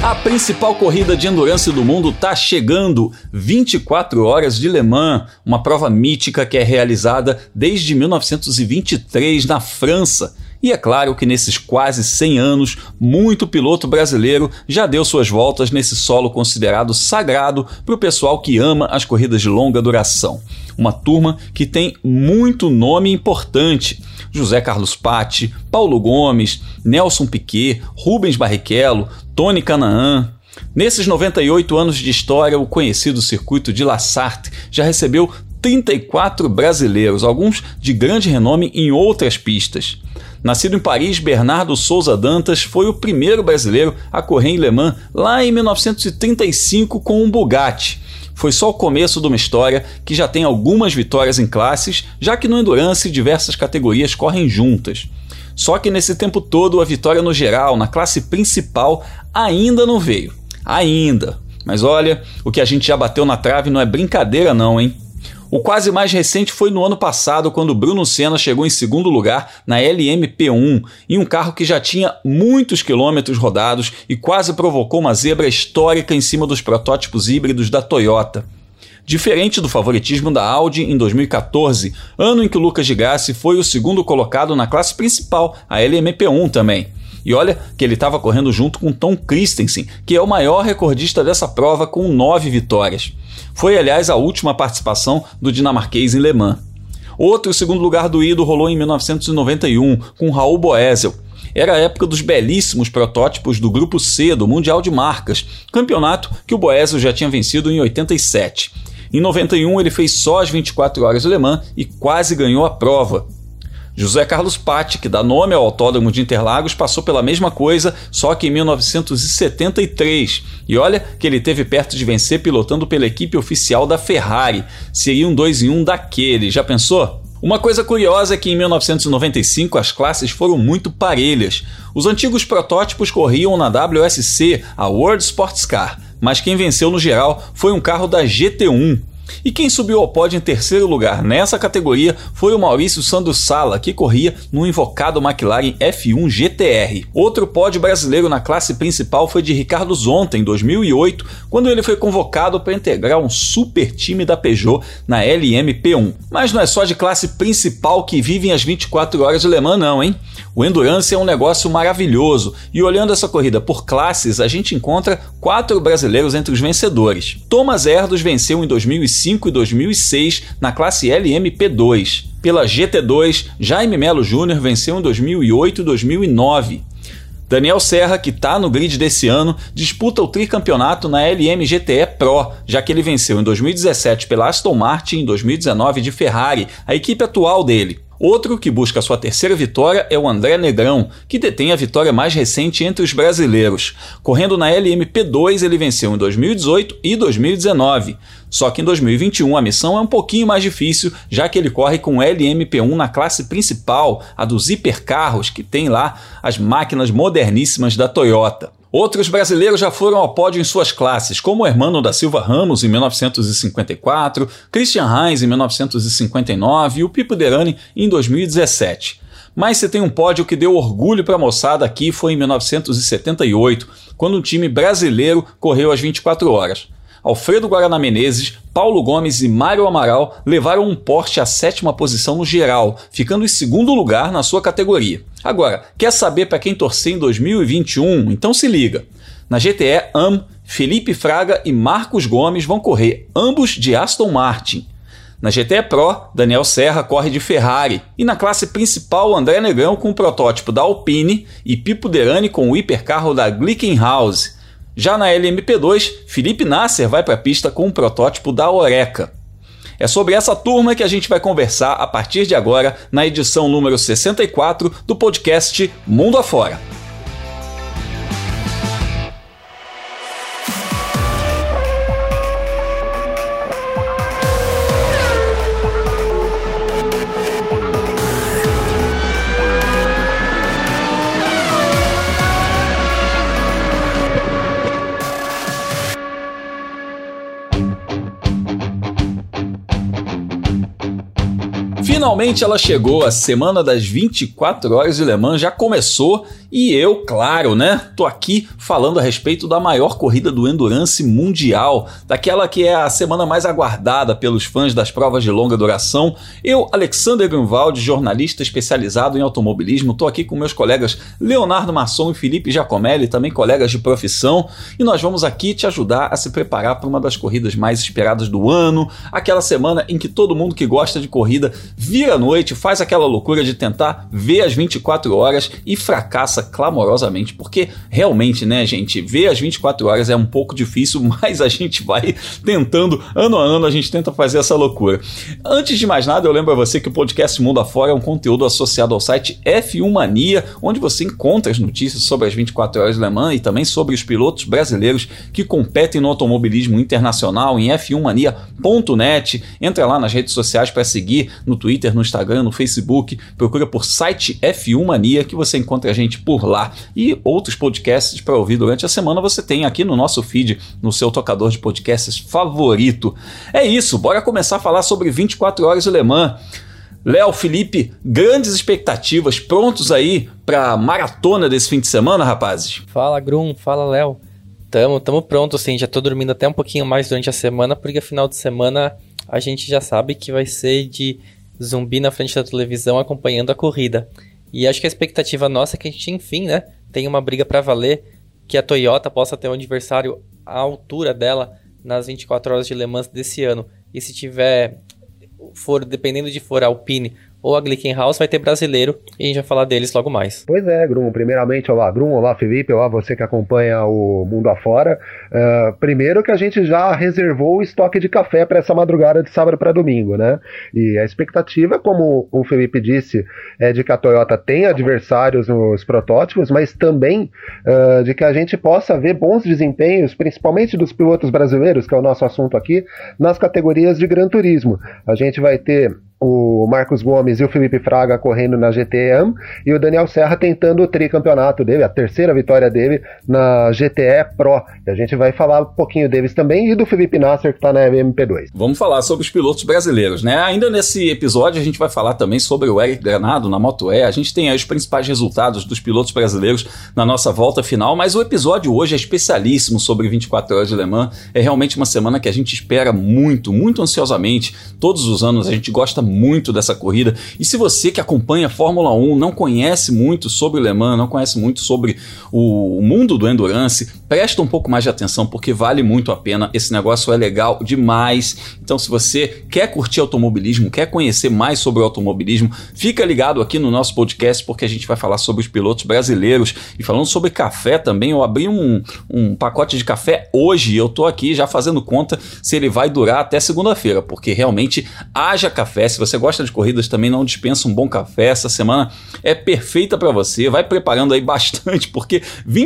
A principal corrida de endurance do mundo está chegando, 24 horas de Le Mans, uma prova mítica que é realizada desde 1923 na França. E é claro que nesses quase 100 anos, muito piloto brasileiro já deu suas voltas nesse solo considerado sagrado para o pessoal que ama as corridas de longa duração. Uma turma que tem muito nome importante. José Carlos Patti, Paulo Gomes, Nelson Piquet, Rubens Barrichello, Tony Kanaan. Nesses 98 anos de história, o conhecido circuito de La Sarthe já recebeu 34 brasileiros, alguns de grande renome em outras pistas. Nascido em Paris, Bernardo Souza Dantas foi o primeiro brasileiro a correr em Le Mans lá em 1935 com um Bugatti. Foi só o começo de uma história que já tem algumas vitórias em classes, já que no Endurance diversas categorias correm juntas. Só que nesse tempo todo a vitória no geral, na classe principal, ainda não veio. Ainda. Mas olha, o que a gente já bateu na trave não é brincadeira não, hein? O quase mais recente foi no ano passado, quando Bruno Senna chegou em segundo lugar na LMP1, em um carro que já tinha muitos quilômetros rodados e quase provocou uma zebra histórica em cima dos protótipos híbridos da Toyota. Diferente do favoritismo da Audi em 2014, ano em que o Lucas de Grassi foi o segundo colocado na classe principal, a LMP1 também. E olha que ele estava correndo junto com Tom Kristensen, que é o maior recordista dessa prova com 9 vitórias. Foi, aliás, a última participação do dinamarquês em Le Mans. Outro segundo lugar do Ido rolou em 1991, com Raul Boesel. Era a época dos belíssimos protótipos do Grupo C do Mundial de Marcas, campeonato que o Boesel já tinha vencido em 87. Em 91 ele fez só as 24 horas de Le Mans e quase ganhou a prova. José Carlos Patti, que dá nome ao Autódromo de Interlagos, passou pela mesma coisa, só que em 1973. E olha que ele esteve perto de vencer pilotando pela equipe oficial da Ferrari. Seria um 2 em 1 daquele, já pensou? Uma coisa curiosa é que em 1995 as classes foram muito parelhas. Os antigos protótipos corriam na WSC, a World Sports Car, mas quem venceu no geral foi um carro da GT1. E quem subiu ao pódio em terceiro lugar nessa categoria foi o Maurício Sandro Sala, que corria no invocado McLaren F1 GTR. Outro pódio brasileiro na classe principal foi de Ricardo Zonta, em 2008, quando ele foi convocado para integrar um super time da Peugeot na LMP1. Mas não é só de classe principal que vivem as 24 horas de Le Mans não, hein? O Endurance é um negócio maravilhoso e olhando essa corrida por classes, a gente encontra 4 brasileiros entre os vencedores. Thomas Erdos venceu em 2005 e 2006 na classe LMP2. Pela GT2, Jaime Melo Júnior venceu em 2008 e 2009. Daniel Serra, que está no grid desse ano, disputa o tricampeonato na LMGTE Pro, já que ele venceu em 2017 pela Aston Martin e em 2019 de Ferrari, a equipe atual dele. Outro que busca sua terceira vitória é o André Negrão, que detém a vitória mais recente entre os brasileiros. Correndo na LMP2, ele venceu em 2018 e 2019. Só que em 2021 a missão é um pouquinho mais difícil, já que ele corre com LMP1 na classe principal, a dos hipercarros, que tem lá as máquinas moderníssimas da Toyota. Outros brasileiros já foram ao pódio em suas classes, como Hermano da Silva Ramos em 1954, Christian Heinz em 1959 e o Pipo Derani em 2017. Mas se tem um pódio que deu orgulho para a moçada aqui foi em 1978, quando um time brasileiro correu as 24 horas. Alfredo Guaraná Menezes, Paulo Gomes e Mário Amaral levaram um Porsche à 7ª posição no geral, ficando em segundo lugar na sua categoria. Agora, quer saber para quem torcer em 2021? Então se liga. Na GTE AM, Felipe Fraga e Marcos Gomes vão correr, ambos de Aston Martin. Na GTE Pro, Daniel Serra corre de Ferrari. E na classe principal, André Negrão com o protótipo da Alpine e Pipo Derani com o hipercarro da Glickenhaus. Já na LMP2, Felipe Nasser vai para a pista com um protótipo da Oreca. É sobre essa turma que a gente vai conversar a partir de agora na edição número 64 do podcast Mundo Afora. Finalmente ela chegou, a semana das 24 horas de Le Mans já começou e eu, claro, né, tô aqui falando a respeito da maior corrida do Endurance mundial, daquela que é a semana mais aguardada pelos fãs das provas de longa duração. Eu, Alexander Grunwald, jornalista especializado em automobilismo, tô aqui com meus colegas Leonardo Masson e Felipe Giacomelli, também colegas de profissão, e nós vamos aqui te ajudar a se preparar para uma das corridas mais esperadas do ano, aquela semana em que todo mundo que gosta de corrida vira à noite, faz aquela loucura de tentar ver as 24 horas e fracassa clamorosamente, porque realmente, né, gente, ver as 24 horas é um pouco difícil, mas a gente vai tentando, ano a ano a gente tenta fazer essa loucura. Antes de mais nada, eu lembro a você que o podcast Mundo Afora é um conteúdo associado ao site F1 Mania, onde você encontra as notícias sobre as 24 horas de Le Mans e também sobre os pilotos brasileiros que competem no automobilismo internacional em f1mania.net. Entra lá nas redes sociais para seguir, no Twitter, no Instagram, no Facebook, procura por site F1 Mania que você encontra a gente por lá. E outros podcasts para ouvir durante a semana você tem aqui no nosso feed, no seu tocador de podcasts favorito. É isso, bora começar a falar sobre 24 horas de Le Mans. Léo, Felipe, grandes expectativas, prontos aí para a maratona desse fim de semana, rapazes? Fala, Grum, fala, Léo. Tamo pronto, sim, já tô dormindo até um pouquinho mais durante a semana, porque final de semana a gente já sabe que vai ser de zumbi na frente da televisão acompanhando a corrida. E acho que a expectativa nossa é que a gente, enfim, né, tenha uma briga pra valer, que a Toyota possa ter um adversário à altura dela nas 24 horas de Le Mans desse ano. E se tiver, dependendo de for a Alpine ou a Glickenhaus, vai ter brasileiro e a gente vai falar deles logo mais. Pois é, Grum, primeiramente, olá Grum, olá Felipe, olá você que acompanha o Mundo Afora. Primeiro que a gente já reservou o estoque de café para essa madrugada de sábado para domingo, né? E a expectativa, como o Felipe disse, é de que a Toyota tenha adversários nos protótipos, mas também de que a gente possa ver bons desempenhos, principalmente dos pilotos brasileiros, que é o nosso assunto aqui, nas categorias de Gran Turismo. A gente vai ter o Marcos Gomes e o Felipe Fraga correndo na GTE e o Daniel Serra tentando o tricampeonato dele, a terceira vitória dele na GTE Pro. E a gente vai falar um pouquinho deles também e do Felipe Nasser que está na MP2. Vamos falar sobre os pilotos brasileiros, né? Ainda nesse episódio a gente vai falar também sobre o Eric Granado na Moto E. A gente tem aí os principais resultados dos pilotos brasileiros na nossa volta final, mas o episódio hoje é especialíssimo sobre 24 horas de Le Mans. É realmente uma semana que a gente espera muito, muito ansiosamente. Todos os anos a gente gosta muito dessa corrida, e se você que acompanha a Fórmula 1 não conhece muito sobre o Le Mans, não conhece muito sobre o mundo do Endurance, presta um pouco mais de atenção, porque vale muito a pena, esse negócio é legal demais. Então se você quer curtir automobilismo, quer conhecer mais sobre o automobilismo, fica ligado aqui no nosso podcast, porque a gente vai falar sobre os pilotos brasileiros. E falando sobre café também, eu abri um pacote de café hoje, e eu tô aqui já fazendo conta se ele vai durar até segunda-feira, porque realmente haja café. Se você gosta de corridas, também não dispensa um bom café. Essa semana é perfeita para você. Vai preparando aí bastante, porque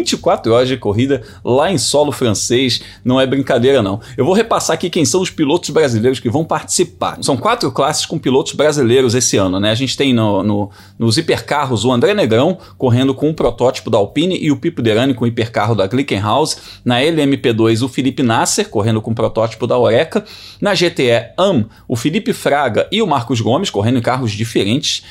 24 horas de corrida lá em solo francês não é brincadeira, não. Eu vou repassar aqui quem são os pilotos brasileiros que vão participar. São 4 classes com pilotos brasileiros esse ano, né? A gente tem nos hipercarros o André Negrão correndo com o protótipo da Alpine e o Pipo Derani com o hipercarro da Glickenhaus. Na LMP2 o Felipe Nasser correndo com o protótipo da Oreca. Na GTE AM o Felipe Fraga e o Marcos Gomes correndo em carros diferentes,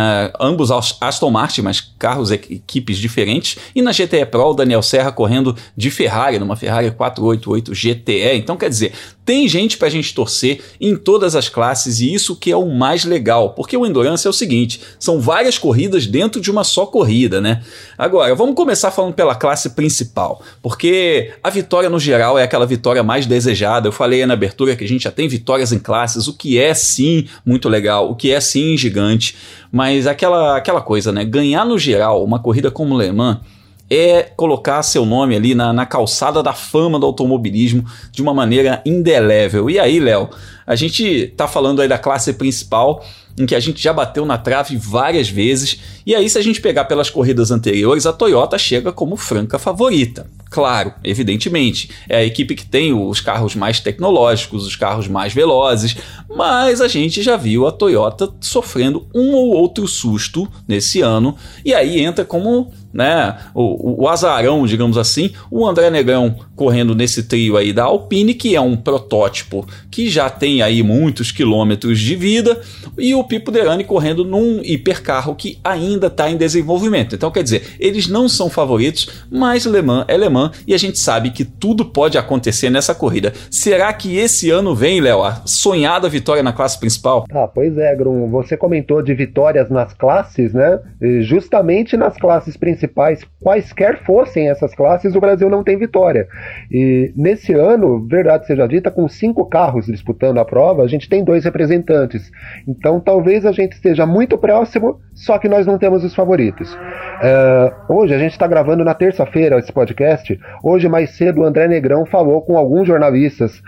ambos Aston Martin, mas carros equipes diferentes, e na GTE Pro o Daniel Serra correndo de Ferrari, numa Ferrari 488 GTE. Então quer dizer, tem gente pra gente torcer em todas as classes, e isso que é o mais legal, porque o Endurance é o seguinte, são várias corridas dentro de uma só corrida, né? Agora, vamos começar falando pela classe principal, porque a vitória no geral é aquela vitória mais desejada. Eu falei na abertura que a gente já tem vitórias em classes, o que é sim muito legal, o que é sim gigante, mas aquela coisa, né? Ganhar no geral uma corrida como Le Mans é colocar seu nome ali na calçada da fama do automobilismo de uma maneira indelével. E aí, Léo, a gente tá falando aí da classe principal, em que a gente já bateu na trave várias vezes, e aí se a gente pegar pelas corridas anteriores, a Toyota chega como franca favorita. Claro, evidentemente, é a equipe que tem os carros mais tecnológicos, os carros mais velozes, mas a gente já viu a Toyota sofrendo um ou outro susto nesse ano, e aí entra como, né, o azarão, digamos assim, o André Negrão correndo nesse trio aí da Alpine, que é um protótipo que já tem aí muitos quilômetros de vida, e o Pipo Derani correndo num hipercarro que ainda está em desenvolvimento. Então, quer dizer, eles não são favoritos, mas Le Mans é Le Mans e a gente sabe que tudo pode acontecer nessa corrida. Será que esse ano vem, Léo, a sonhada vitória na classe principal? Pois é, Grum, você comentou de vitórias nas classes, né? E justamente nas classes principais, quaisquer fossem essas classes, o Brasil não tem vitória. E nesse ano, verdade seja dita, com 5 carros disputando a prova, a gente tem 2 representantes. Então talvez a gente esteja muito próximo, só que nós não temos os favoritos. Hoje, a gente está gravando na terça-feira esse podcast. Hoje, mais cedo, o André Negrão falou com alguns jornalistas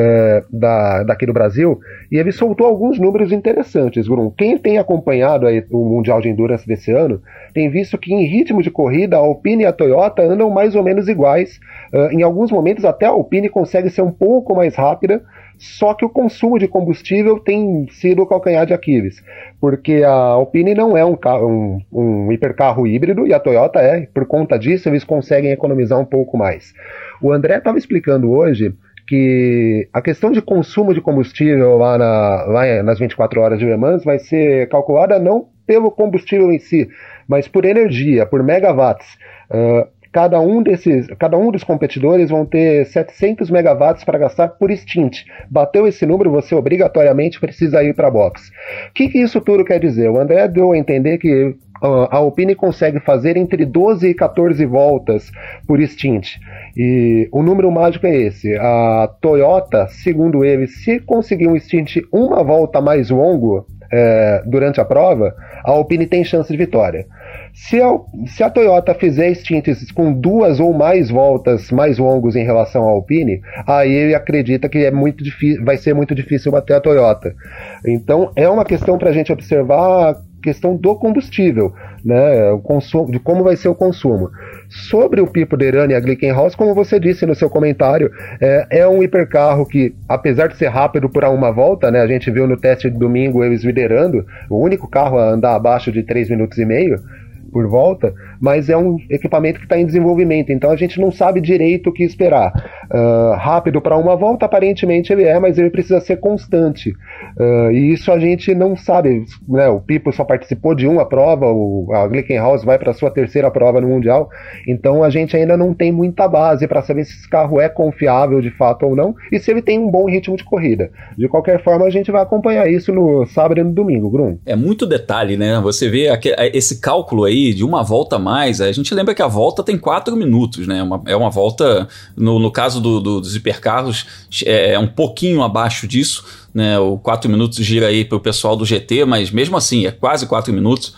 daqui do Brasil e ele soltou alguns números interessantes, Bruno. Quem tem acompanhado aí o Mundial de Endurance desse ano tem visto que em ritmo de corrida a Alpine e a Toyota andam mais ou menos iguais. Em alguns momentos até a Alpine consegue ser um pouco mais rápida, só que o consumo de combustível tem sido o calcanhar de Aquiles, porque a Alpine não é um hipercarro híbrido e a Toyota é. Por conta disso eles conseguem economizar um pouco mais. O André estava explicando hoje que a questão de consumo de combustível lá nas 24 horas de Le Mans vai ser calculada não pelo combustível em si, mas por energia, por megawatts. Cada um dos competidores vão ter 700 megawatts para gastar por stint. Bateu esse número, você obrigatoriamente precisa ir para a box. O que isso tudo quer dizer? O André deu a entender que a Alpine consegue fazer entre 12 e 14 voltas por stint. E o número mágico é esse. A Toyota, segundo ele, se conseguir um stint uma volta mais longo durante a prova, a Alpine tem chance de vitória. Se a Toyota fizer stints com 2 ou mais voltas mais longos em relação à Alpine, aí ele acredita que vai ser muito difícil bater a Toyota. Então é uma questão para a gente observar a questão do combustível, né? O consumo, de como vai ser o consumo. Sobre o Pipo Derani e a Glickenhaus, como você disse no seu comentário, é um hipercarro que, apesar de ser rápido por uma volta, né, a gente viu no teste de domingo eles liderando, o único carro a andar abaixo de 3 minutos e meio por volta, mas é um equipamento que está em desenvolvimento, então a gente não sabe direito o que esperar. Rápido para uma volta, aparentemente ele mas ele precisa ser constante, e isso a gente não sabe, né? O Pipo só participou de uma prova, a Glickenhaus vai para a sua 3ª prova no Mundial, então a gente ainda não tem muita base para saber se esse carro é confiável de fato ou não, e se ele tem um bom ritmo de corrida. De qualquer forma, a gente vai acompanhar isso no sábado e no domingo, Grum. É muito detalhe, né? Você vê esse cálculo aí de uma volta a mais, a gente lembra que a volta tem 4 minutos, né? É uma volta, no caso dos hipercarros, é um pouquinho abaixo disso, né? O 4 minutos gira aí para o pessoal do GT, mas mesmo assim é quase 4 minutos.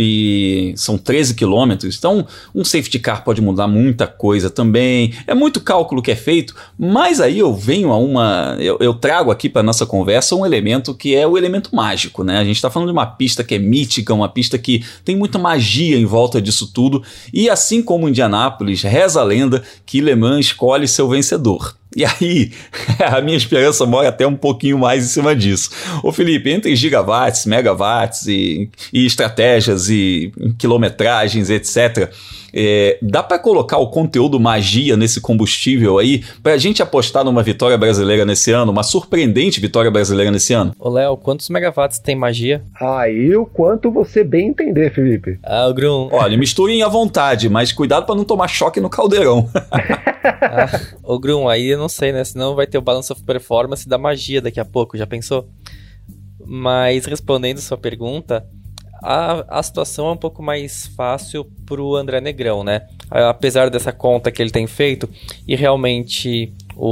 E são 13 quilômetros, então um safety car pode mudar muita coisa também, é muito cálculo que é feito, mas aí eu venho eu trago aqui para nossa conversa um elemento que é o elemento mágico, né? A gente está falando de uma pista que é mítica, uma pista que tem muita magia em volta disso tudo, e assim como Indianápolis, reza a lenda que Le Mans escolhe seu vencedor. E aí, a minha esperança mora até um pouquinho mais em cima disso. Ô Felipe, entre gigawatts, megawatts e estratégias e quilometragens, etc., dá para colocar o conteúdo magia nesse combustível aí para a gente apostar numa vitória brasileira nesse ano, uma surpreendente vitória brasileira nesse ano? Ô Léo, quantos megawatts tem magia? Aí o quanto você bem entender, Felipe. O Grum. Olha, misturem à vontade, mas cuidado para não tomar choque no caldeirão. Ô Grum, aí eu não sei, né? Senão vai ter o Balance of Performance da magia daqui a pouco, já pensou? Mas respondendo sua pergunta, a situação é um pouco mais fácil pro André Negrão, né? Apesar dessa conta que ele tem feito, e realmente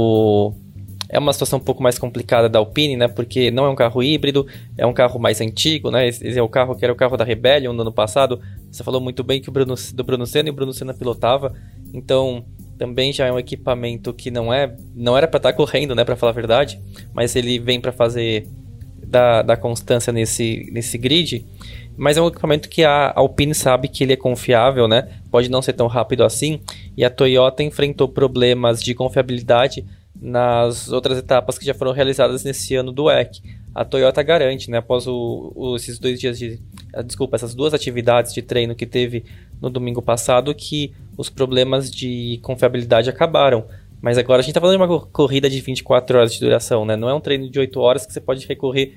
é uma situação um pouco mais complicada da Alpine, né? Porque não é um carro híbrido, é um carro mais antigo, né? Esse é o carro que era o carro da Rebellion no ano passado. Você falou muito bem que do Bruno Senna, e o Bruno Senna pilotava, então também já é um equipamento que não era para estar correndo, né? Para falar a verdade, mas ele vem para fazer da constância nesse grid. Mas é um equipamento que a Alpine sabe que ele é confiável, né? Pode não ser tão rápido assim. E a Toyota enfrentou problemas de confiabilidade nas outras etapas que já foram realizadas nesse ano do WEC. A Toyota garante, né? Após esses 2 dias essas 2 atividades de treino que teve no domingo passado, que os problemas de confiabilidade acabaram. Mas agora a gente está falando de uma corrida de 24 horas de duração, né? Não é um treino de 8 horas que você pode recorrer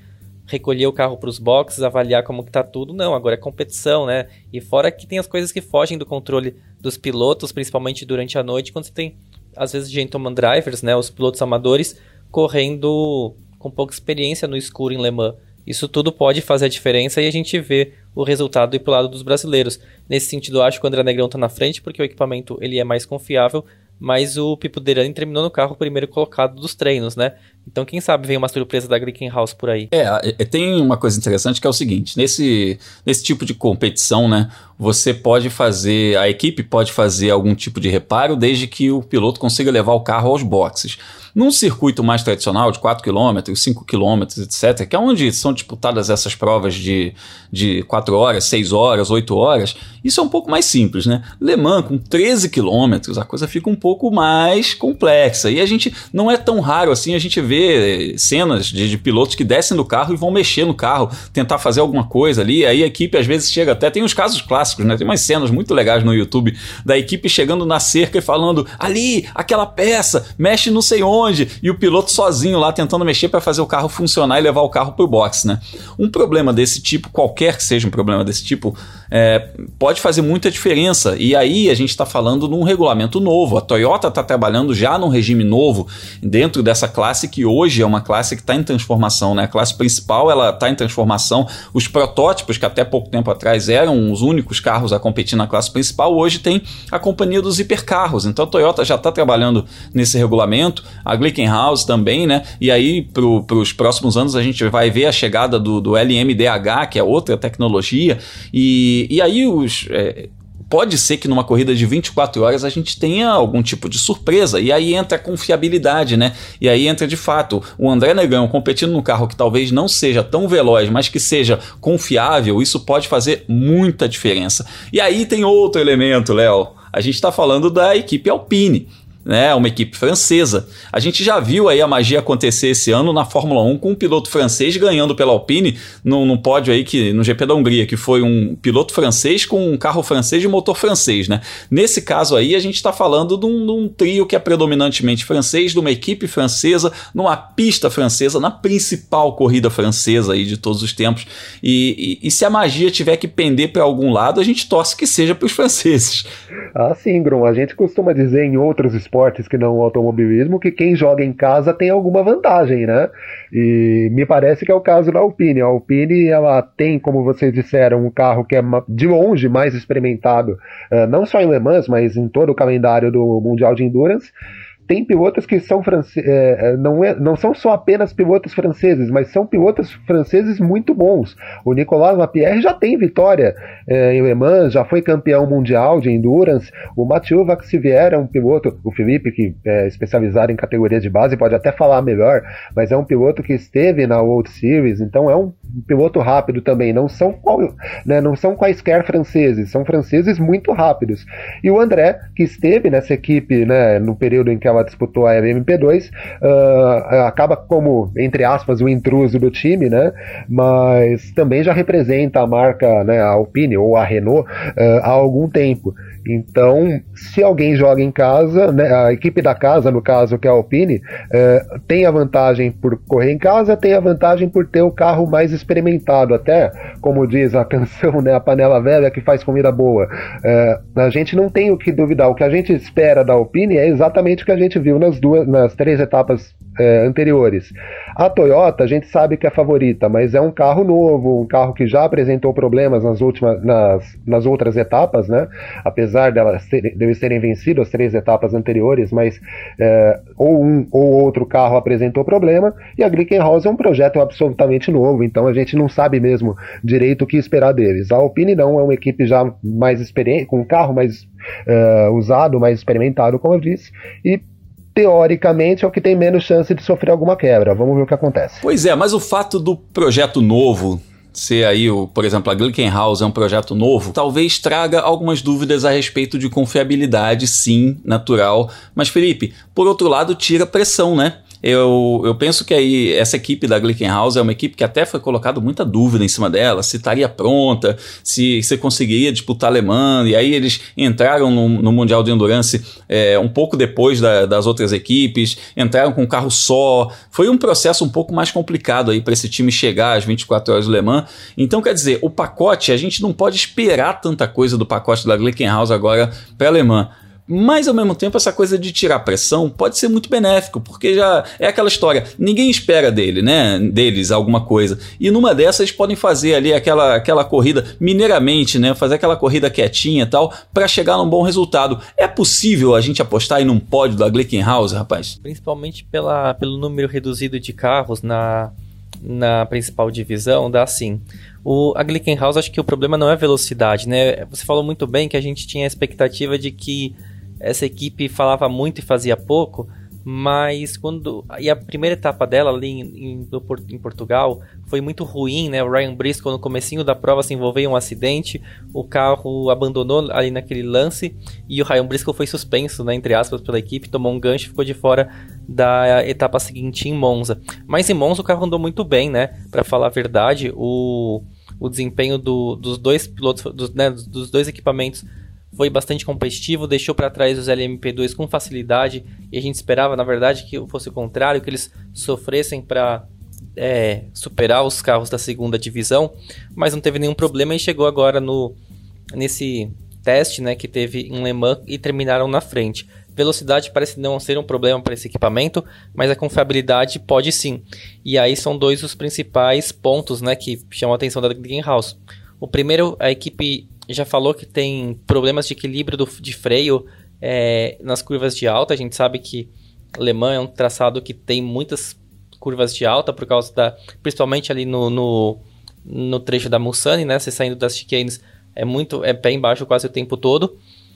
recolher o carro para os boxes, avaliar como que tá tudo. Não, agora é competição, né? E fora que tem as coisas que fogem do controle dos pilotos, principalmente durante a noite, quando você tem, às vezes, gentleman drivers, né? Os pilotos amadores correndo com pouca experiência no escuro em Le Mans. Isso tudo pode fazer a diferença e a gente vê o resultado ir pro lado dos brasileiros. Nesse sentido, eu acho que o André Negrão tá na frente, porque o equipamento ele é mais confiável, mas o Pipo Derani terminou no carro primeiro colocado dos treinos, né? Então, quem sabe vem uma surpresa da Glickenhaus por aí. Tem uma coisa interessante que é o seguinte, nesse tipo de competição, né, você pode fazer, a equipe pode fazer algum tipo de reparo desde que o piloto consiga levar o carro aos boxes. Num circuito mais tradicional de 4 km, 5 km, etc., que é onde são disputadas essas provas de 4 horas, 6 horas, 8 horas, isso é um pouco mais simples, né? Le Mans, com 13 km, a coisa fica um pouco mais complexa. E a gente, não é tão raro assim, a gente vê cenas de pilotos que descem do carro e vão mexer no carro, tentar fazer alguma coisa ali, aí a equipe às vezes chega até, tem uns casos clássicos, né? Tem umas cenas muito legais no YouTube, da equipe chegando na cerca e falando, ali, aquela peça, mexe não sei onde, e o piloto sozinho lá tentando mexer para fazer o carro funcionar e levar o carro pro box, né? Um problema desse tipo, qualquer que seja um problema desse tipo, pode fazer muita diferença. E aí a gente está falando num regulamento novo. A Toyota está trabalhando já num regime novo dentro dessa classe, que hoje é uma classe que está em transformação, né? A classe principal ela está em transformação. Os protótipos, que até pouco tempo atrás eram os únicos carros a competir na classe principal, hoje tem a companhia dos hipercarros. Então a Toyota já está trabalhando nesse regulamento, a Glickenhaus também, né? E aí para os próximos anos a gente vai ver a chegada do LMDH, que é outra tecnologia, e aí pode ser que numa corrida de 24 horas a gente tenha algum tipo de surpresa, e aí entra a confiabilidade, né? E aí entra de fato o André Negrão competindo num carro que talvez não seja tão veloz, mas que seja confiável. Isso pode fazer muita diferença. E aí tem outro elemento, Léo, a gente está falando da equipe Alpine, né, uma equipe francesa. A gente já viu aí a magia acontecer esse ano na Fórmula 1 com um piloto francês ganhando pela Alpine num pódio aí no GP da Hungria, que foi um piloto francês com um carro francês de motor francês, né? Nesse caso aí a gente está falando de um trio que é predominantemente francês, de uma equipe francesa, numa pista francesa, na principal corrida francesa aí de todos os tempos. E se a magia tiver que pender para algum lado, a gente torce que seja para os franceses. Ah, sim, Grum. A gente costuma dizer em outros esportes que não o automobilismo que quem joga em casa tem alguma vantagem, né? E me parece que é o caso da Alpine. A Alpine, ela tem, como vocês disseram, um carro que é de longe mais experimentado, não só em Le Mans, mas em todo o calendário do Mundial de Endurance. Tem pilotos que são não são só apenas pilotos franceses, mas são pilotos franceses muito bons. O Nicolas Lapierre já tem vitória em Le Mans, já foi campeão mundial de Endurance. O Mathieu Vaxivière é um piloto, o Felipe, que é especializado em categorias de base, pode até falar melhor, mas é um piloto que esteve na World Series, então é um piloto rápido também. Não são quaisquer franceses, são franceses muito rápidos. E o André, que esteve nessa equipe, né, no período em que ela disputou a LMP2, acaba como, entre aspas, o intruso do time, né? Mas também já representa a marca, né, a Alpine ou a Renault há algum tempo. Então, se alguém joga em casa, né, a equipe da casa, no caso que é a Alpine, tem a vantagem por correr em casa, tem a vantagem por ter o carro mais experimentado, até, como diz a canção, né, a panela velha que faz comida boa. A gente não tem o que duvidar. O que a gente espera da Alpine é exatamente o que a gente viu nas 3 etapas anteriores. A Toyota, a gente sabe que é favorita, mas é um carro novo, um carro que já apresentou problemas nas outras etapas, né? Apesar deles terem vencido as 3 etapas anteriores, mas ou um ou outro carro apresentou problema, e a Glickenhaus é um projeto absolutamente novo, então a gente não sabe mesmo direito o que esperar deles. A Alpine não, é uma equipe já mais experiente, com um carro mais usado, mais experimentado, como eu disse, e teoricamente é o que tem menos chance de sofrer alguma quebra. Vamos ver o que acontece. Pois é, mas o fato do projeto novo ser aí, por exemplo, a Glickenhaus é um projeto novo, talvez traga algumas dúvidas a respeito de confiabilidade, sim, natural. Mas, Felipe, por outro lado, tira pressão, né? Eu penso que aí essa equipe da Glickenhaus é uma equipe que até foi colocado muita dúvida em cima dela, se estaria pronta, se conseguiria disputar Le Mans, e aí eles entraram no Mundial de Endurance um pouco depois das outras equipes, entraram com um carro só, foi um processo um pouco mais complicado aí para esse time chegar às 24 horas do Le Mans. Então, quer dizer, o pacote, a gente não pode esperar tanta coisa do pacote da Glickenhaus agora para Le Mans. Mas, ao mesmo tempo, essa coisa de tirar pressão pode ser muito benéfico, porque já é aquela história, ninguém espera deles alguma coisa. E numa dessas eles podem fazer ali aquela corrida mineiramente, né? Fazer aquela corrida quietinha e tal, para chegar num bom resultado. É possível a gente apostar aí num pódio da Glickenhaus, rapaz? Principalmente pelo número reduzido de carros na principal divisão, dá sim. A Glickenhaus, acho que o problema não é a velocidade, né? Você falou muito bem que a gente tinha a expectativa de que essa equipe falava muito e fazia pouco, mas a primeira etapa dela ali em Portugal foi muito ruim, né? O Ryan Briscoe no comecinho da prova se envolveu em um acidente, o carro abandonou ali naquele lance e o Ryan Briscoe foi suspenso, né, entre aspas, pela equipe, tomou um gancho e ficou de fora da etapa seguinte em Monza. Mas em Monza o carro andou muito bem, né? Para falar a verdade, o desempenho dos dois pilotos, dos dois equipamentos foi bastante competitivo, deixou para trás os LMP2 com facilidade, e a gente esperava, na verdade, que fosse o contrário, que eles sofressem para superar os carros da segunda divisão, mas não teve nenhum problema e chegou agora nesse teste, né, que teve em Le Mans e terminaram na frente. Velocidade parece não ser um problema para esse equipamento, mas a confiabilidade pode sim. E aí são dois os principais pontos, né, que chamam a atenção da Glickenhaus. O primeiro, a equipe já falou que tem problemas de equilíbrio de freio nas curvas de alta. A gente sabe que Le Mans é um traçado que tem muitas curvas de alta, por causa principalmente ali no trecho da Mulsanne, né? Você saindo das chicanes é pé embaixo quase o tempo todo.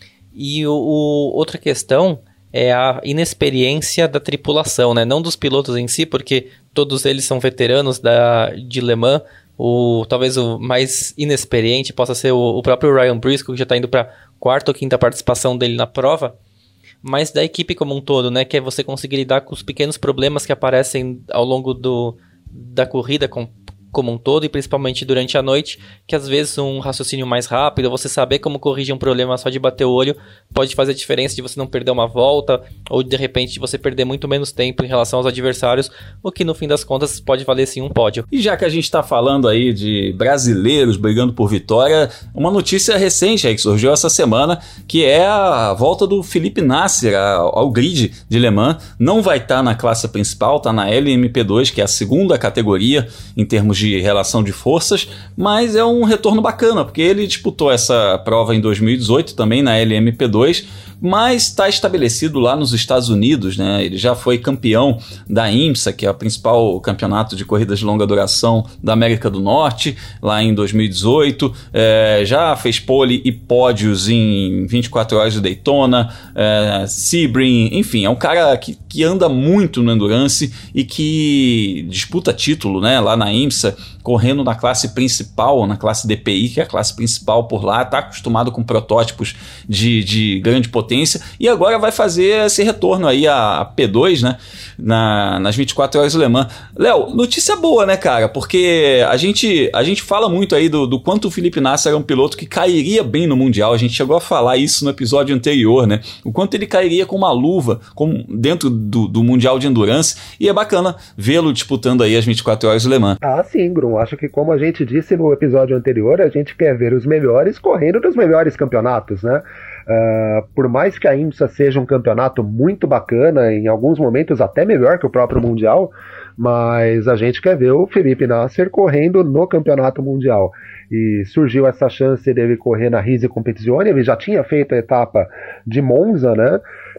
E outra questão é a inexperiência da tripulação, né? Não dos pilotos em si, porque todos eles são veteranos de Le Mans. Talvez o mais inexperiente possa ser o próprio Ryan Briscoe, que já está indo para quarta ou quinta participação dele na prova, mas da equipe como um todo, né? Que é você conseguir lidar com os pequenos problemas que aparecem ao longo da corrida como um todo, e principalmente durante a noite, que às vezes um raciocínio mais rápido, você saber como corrigir um problema só de bater o olho, pode fazer a diferença de você não perder uma volta, ou de repente de você perder muito menos tempo em relação aos adversários, o que no fim das contas pode valer sim um pódio. E já que a gente está falando aí de brasileiros brigando por vitória, uma notícia recente aí que surgiu essa semana, que é a volta do Felipe Nasser ao grid de Le Mans. Não vai estar na classe principal, está na LMP2, que é a segunda categoria em termos de relação de forças, mas é um retorno bacana, porque ele disputou essa prova em 2018 também na LMP2, mas está estabelecido lá nos Estados Unidos, né? Ele já foi campeão da IMSA, que é o principal campeonato de corridas de longa duração da América do Norte, lá em 2018, já fez pole e pódios em 24 horas de Daytona, Sebring, enfim, é um cara que anda muito no Endurance e que disputa título, né, lá na IMSA, correndo na classe principal, na classe DPI, que é a classe principal por lá, está acostumado com protótipos de grande potência, e agora vai fazer esse retorno aí a P2, né, nas 24 horas do Le Mans. Léo, notícia boa, né, cara, porque a gente fala muito aí do quanto o Felipe Nasser é um piloto que cairia bem no Mundial. A gente chegou a falar isso no episódio anterior, né, o quanto ele cairia com uma luva dentro do Mundial de Endurance, e é bacana vê-lo disputando aí as 24 horas do Le Mans. Ah, sim, Grum, acho que como a gente disse no episódio anterior, a gente quer ver os melhores correndo dos melhores campeonatos, né? Por mais que a IMSA seja um campeonato muito bacana, em alguns momentos até melhor que o próprio Mundial, mas a gente quer ver o Felipe Nasser correndo no campeonato mundial. E surgiu essa chance dele correr na Risi Competizione, ele já tinha feito a etapa de Monza, né?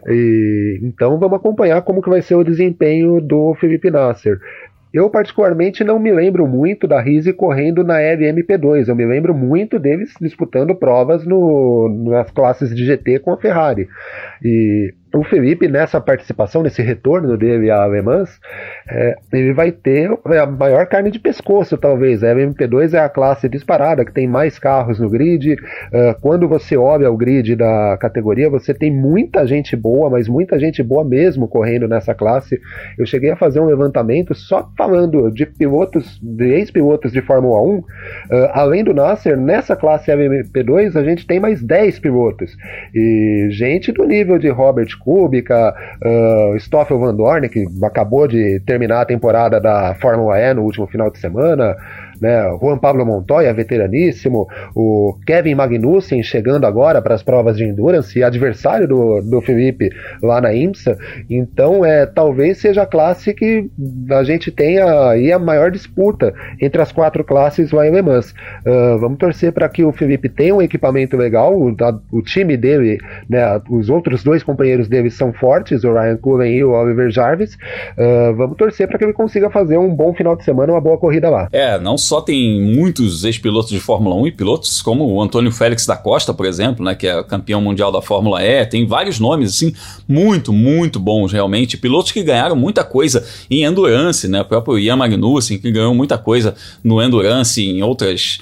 Então vamos acompanhar como que vai ser o desempenho do Felipe Nasser. Eu particularmente não me lembro muito da Risi correndo na LMP2, eu me lembro muito deles disputando provas nas classes de GT com a Ferrari. E o Felipe, nessa participação, nesse retorno dele a Le Mans, ele vai ter a maior carne de pescoço, talvez. A LMP2 é a classe disparada, que tem mais carros no grid. Quando você olha o grid da categoria, você tem muita gente boa, mas muita gente boa mesmo correndo nessa classe. Eu cheguei a fazer um levantamento só falando de pilotos, de ex-pilotos de Fórmula 1. Além do Nasser, nessa classe LMP2, a gente tem mais 10 pilotos. E gente do nível de Robert Kubica, Stoffel Vandoorne, que acabou de terminar a temporada da Fórmula E no último final de semana, né? Juan Pablo Montoya, veteraníssimo, o Kevin Magnussen chegando agora para as provas de Endurance, adversário do Felipe lá na IMSA. Então talvez seja a classe que a gente tenha aí a maior disputa entre as 4 classes lá em Le Mans. Vamos torcer para que o Felipe tenha um equipamento legal, o time dele, né, os outros 2 companheiros dele são fortes, o Ryan Cullen e o Oliver Jarvis. Vamos torcer para que ele consiga fazer um bom final de semana, uma boa corrida lá. Não só tem muitos ex-pilotos de Fórmula 1 e pilotos como o Antônio Félix da Costa, por exemplo, né, que é campeão mundial da Fórmula E, tem vários nomes assim, muito, muito bons realmente, pilotos que ganharam muita coisa em Endurance, né, o próprio Ian Magnussen, que ganhou muita coisa no Endurance em outras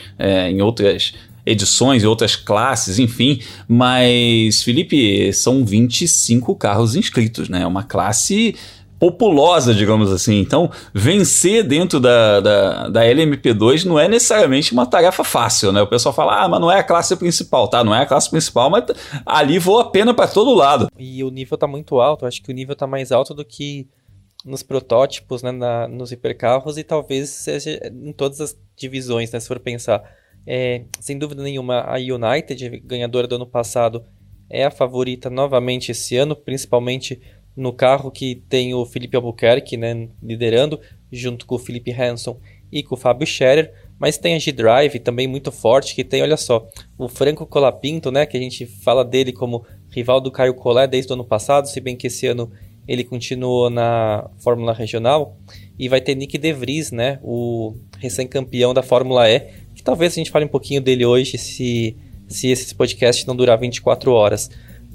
edições e outras classes, enfim, mas, Felipe, são 25 carros inscritos, né, uma classe populosa, digamos assim. Então, vencer dentro da LMP2 não é necessariamente uma tarefa fácil, né? O pessoal fala, mas não é a classe principal, tá? Não é a classe principal, mas ali voa a pena para todo lado. E o nível tá muito alto, acho que o nível tá mais alto do que nos protótipos, né? Nos hipercarros, e talvez seja em todas as divisões, né? Se for pensar. Sem dúvida nenhuma, a United, ganhadora do ano passado, é a favorita novamente esse ano, principalmente no carro que tem o Felipe Albuquerque, né, liderando, junto com o Felipe Hanson e com o Fábio Scherer, mas tem a G-Drive também muito forte, que tem, olha só, o Franco Colapinto, né, que a gente fala dele como rival do Caio Collet desde o ano passado, se bem que esse ano ele continuou na Fórmula Regional, e vai ter Nick De Vries, né, o recém-campeão da Fórmula E, que talvez a gente fale um pouquinho dele hoje, se esse podcast não durar 24 horas.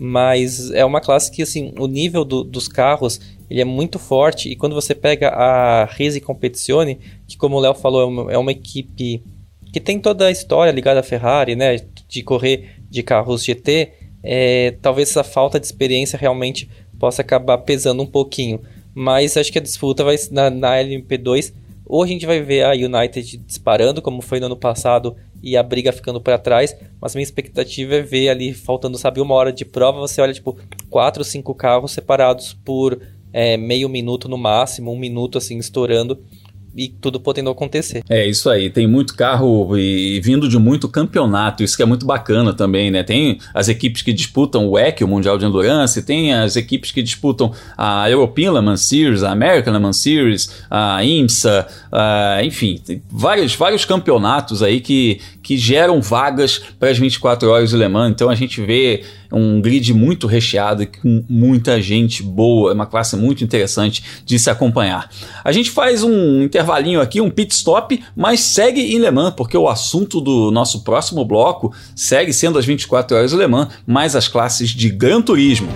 Mas é uma classe que, assim, o nível dos carros, ele é muito forte, e quando você pega a Racing Competizione, que, como o Léo falou, é uma equipe que tem toda a história ligada à Ferrari, né, de correr de carros GT, talvez essa falta de experiência realmente possa acabar pesando um pouquinho, mas acho que a disputa vai na LMP2, ou a gente vai ver a United disparando, como foi no ano passado, e a briga ficando para trás, mas minha expectativa é ver ali, faltando, sabe, 1 hora de prova, você olha, 4 ou 5 carros separados por meio minuto no máximo, 1 minuto, assim, estourando, e tudo podendo acontecer. Isso aí, tem muito carro e vindo de muito campeonato, isso que é muito bacana também, né? Tem as equipes que disputam o WEC, o Mundial de Endurance, tem as equipes que disputam a European Le Mans Series, a American Le Mans Series, a IMSA, enfim, tem vários campeonatos aí que geram vagas para as 24 horas de Le Mans, então a gente vê um grid muito recheado e com muita gente boa, é uma classe muito interessante de se acompanhar. A gente faz um intervalinho aqui, um pit stop, mas segue em Le Mans, porque o assunto do nosso próximo bloco segue sendo as 24 horas de Le Mans, mais as classes de Gran Turismo.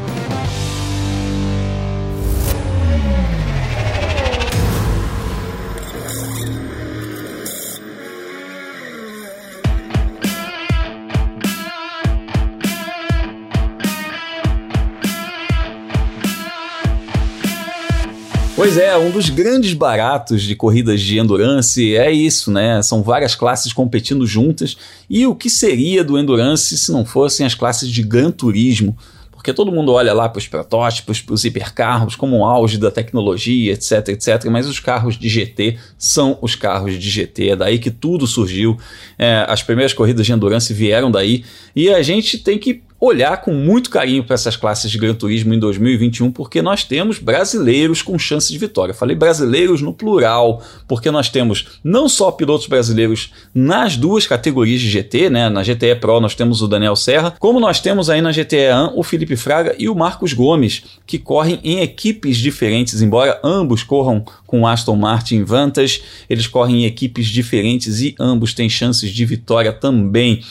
Pois é, um dos grandes baratos de corridas de endurance é isso, né? São várias classes competindo juntas, e o que seria do endurance se não fossem as classes de Gran Turismo? Porque todo mundo olha lá para os protótipos, para os hipercarros, como um auge da tecnologia, etc, etc, mas os carros de GT são os carros de GT, é daí que tudo surgiu, as primeiras corridas de endurance vieram daí, e a gente tem que olhar com muito carinho para essas classes de Gran Turismo em 2021, porque nós temos brasileiros com chance de vitória. Falei brasileiros no plural, porque nós temos não só pilotos brasileiros nas 2 categorias de GT, né? Na GTE Pro nós temos o Daniel Serra, como nós temos aí na GTE AM o Felipe Fraga e o Marcos Gomes, que correm em equipes diferentes, embora ambos corram com Aston Martin Vantage, eles correm em equipes diferentes e ambos têm chances de vitória também.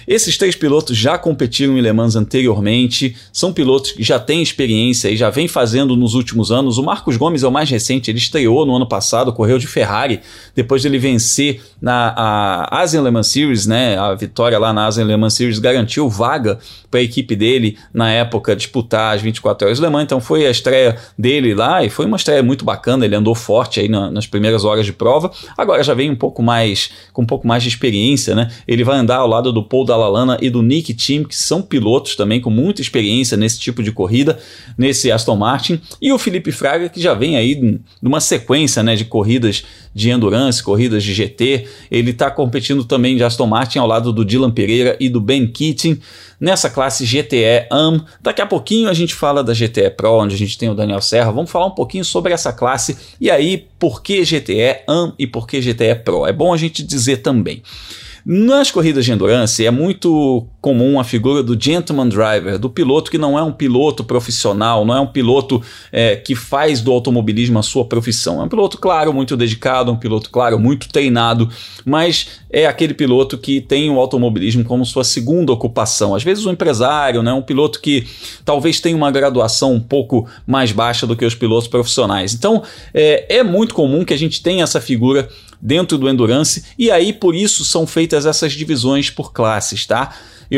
Esses 3 pilotos já competiram em Le Mans anteriormente, são pilotos que já têm experiência e já vem fazendo nos últimos anos. O Marcos Gomes é o mais recente, ele estreou no ano passado, correu de Ferrari, depois de ele vencer na Asian Le Mans Series, né? A vitória lá na Asian Le Mans Series garantiu vaga para a equipe dele na época disputar as 24 horas de Le Mans, então foi a estreia dele lá e foi uma estreia muito bacana, ele andou forte aí nas primeiras horas de prova, agora já vem com um pouco mais de experiência, né? Ele vai andar ao lado do Paul Dallalana e do Nick Tim, que são pilotos também com muita experiência nesse tipo de corrida, nesse Aston Martin, e o Felipe Fraga, que já vem aí numa sequência, né, de corridas de endurance, corridas de GT, ele está competindo também de Aston Martin ao lado do Dylan Pereira e do Ben Keating, nessa classe GTE AM. Daqui a pouquinho a gente fala da GTE Pro, onde a gente tem o Daniel Serra, vamos falar um pouquinho sobre essa classe, e aí por que GTE AM e por que GTE Pro, é bom a gente dizer também. Nas corridas de endurance é muito comum a figura do gentleman driver, do piloto que não é um piloto profissional, não é um piloto que faz do automobilismo a sua profissão. É um piloto, claro, muito dedicado, um piloto, claro, muito treinado, mas é aquele piloto que tem o automobilismo como sua segunda ocupação. Às vezes um empresário, né, um piloto que talvez tenha uma graduação um pouco mais baixa do que os pilotos profissionais. Então é muito comum que a gente tenha essa figura dentro do endurance, e aí por isso são feitas essas divisões por classes, tá?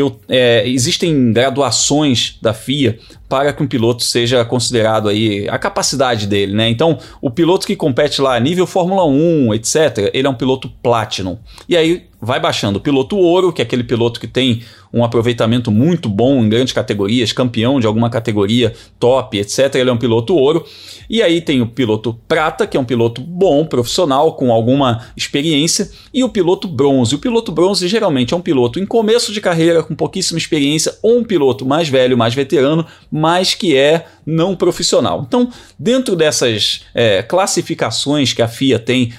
Existem graduações da FIA para que um piloto seja considerado aí a capacidade dele, né? Então, o piloto que compete lá nível Fórmula 1, etc., ele é um piloto Platinum. E aí vai baixando o piloto Ouro, que é aquele piloto que tem um aproveitamento muito bom em grandes categorias, campeão de alguma categoria top, etc., ele é um piloto Ouro. E aí tem o piloto Prata, que é um piloto bom, profissional, com alguma experiência, e o piloto Bronze. O piloto Bronze geralmente é um piloto em começo de carreira, com pouquíssima experiência, ou um piloto mais velho, mais veterano, mas que é não profissional. Então, dentro dessas classificações que a FIA tem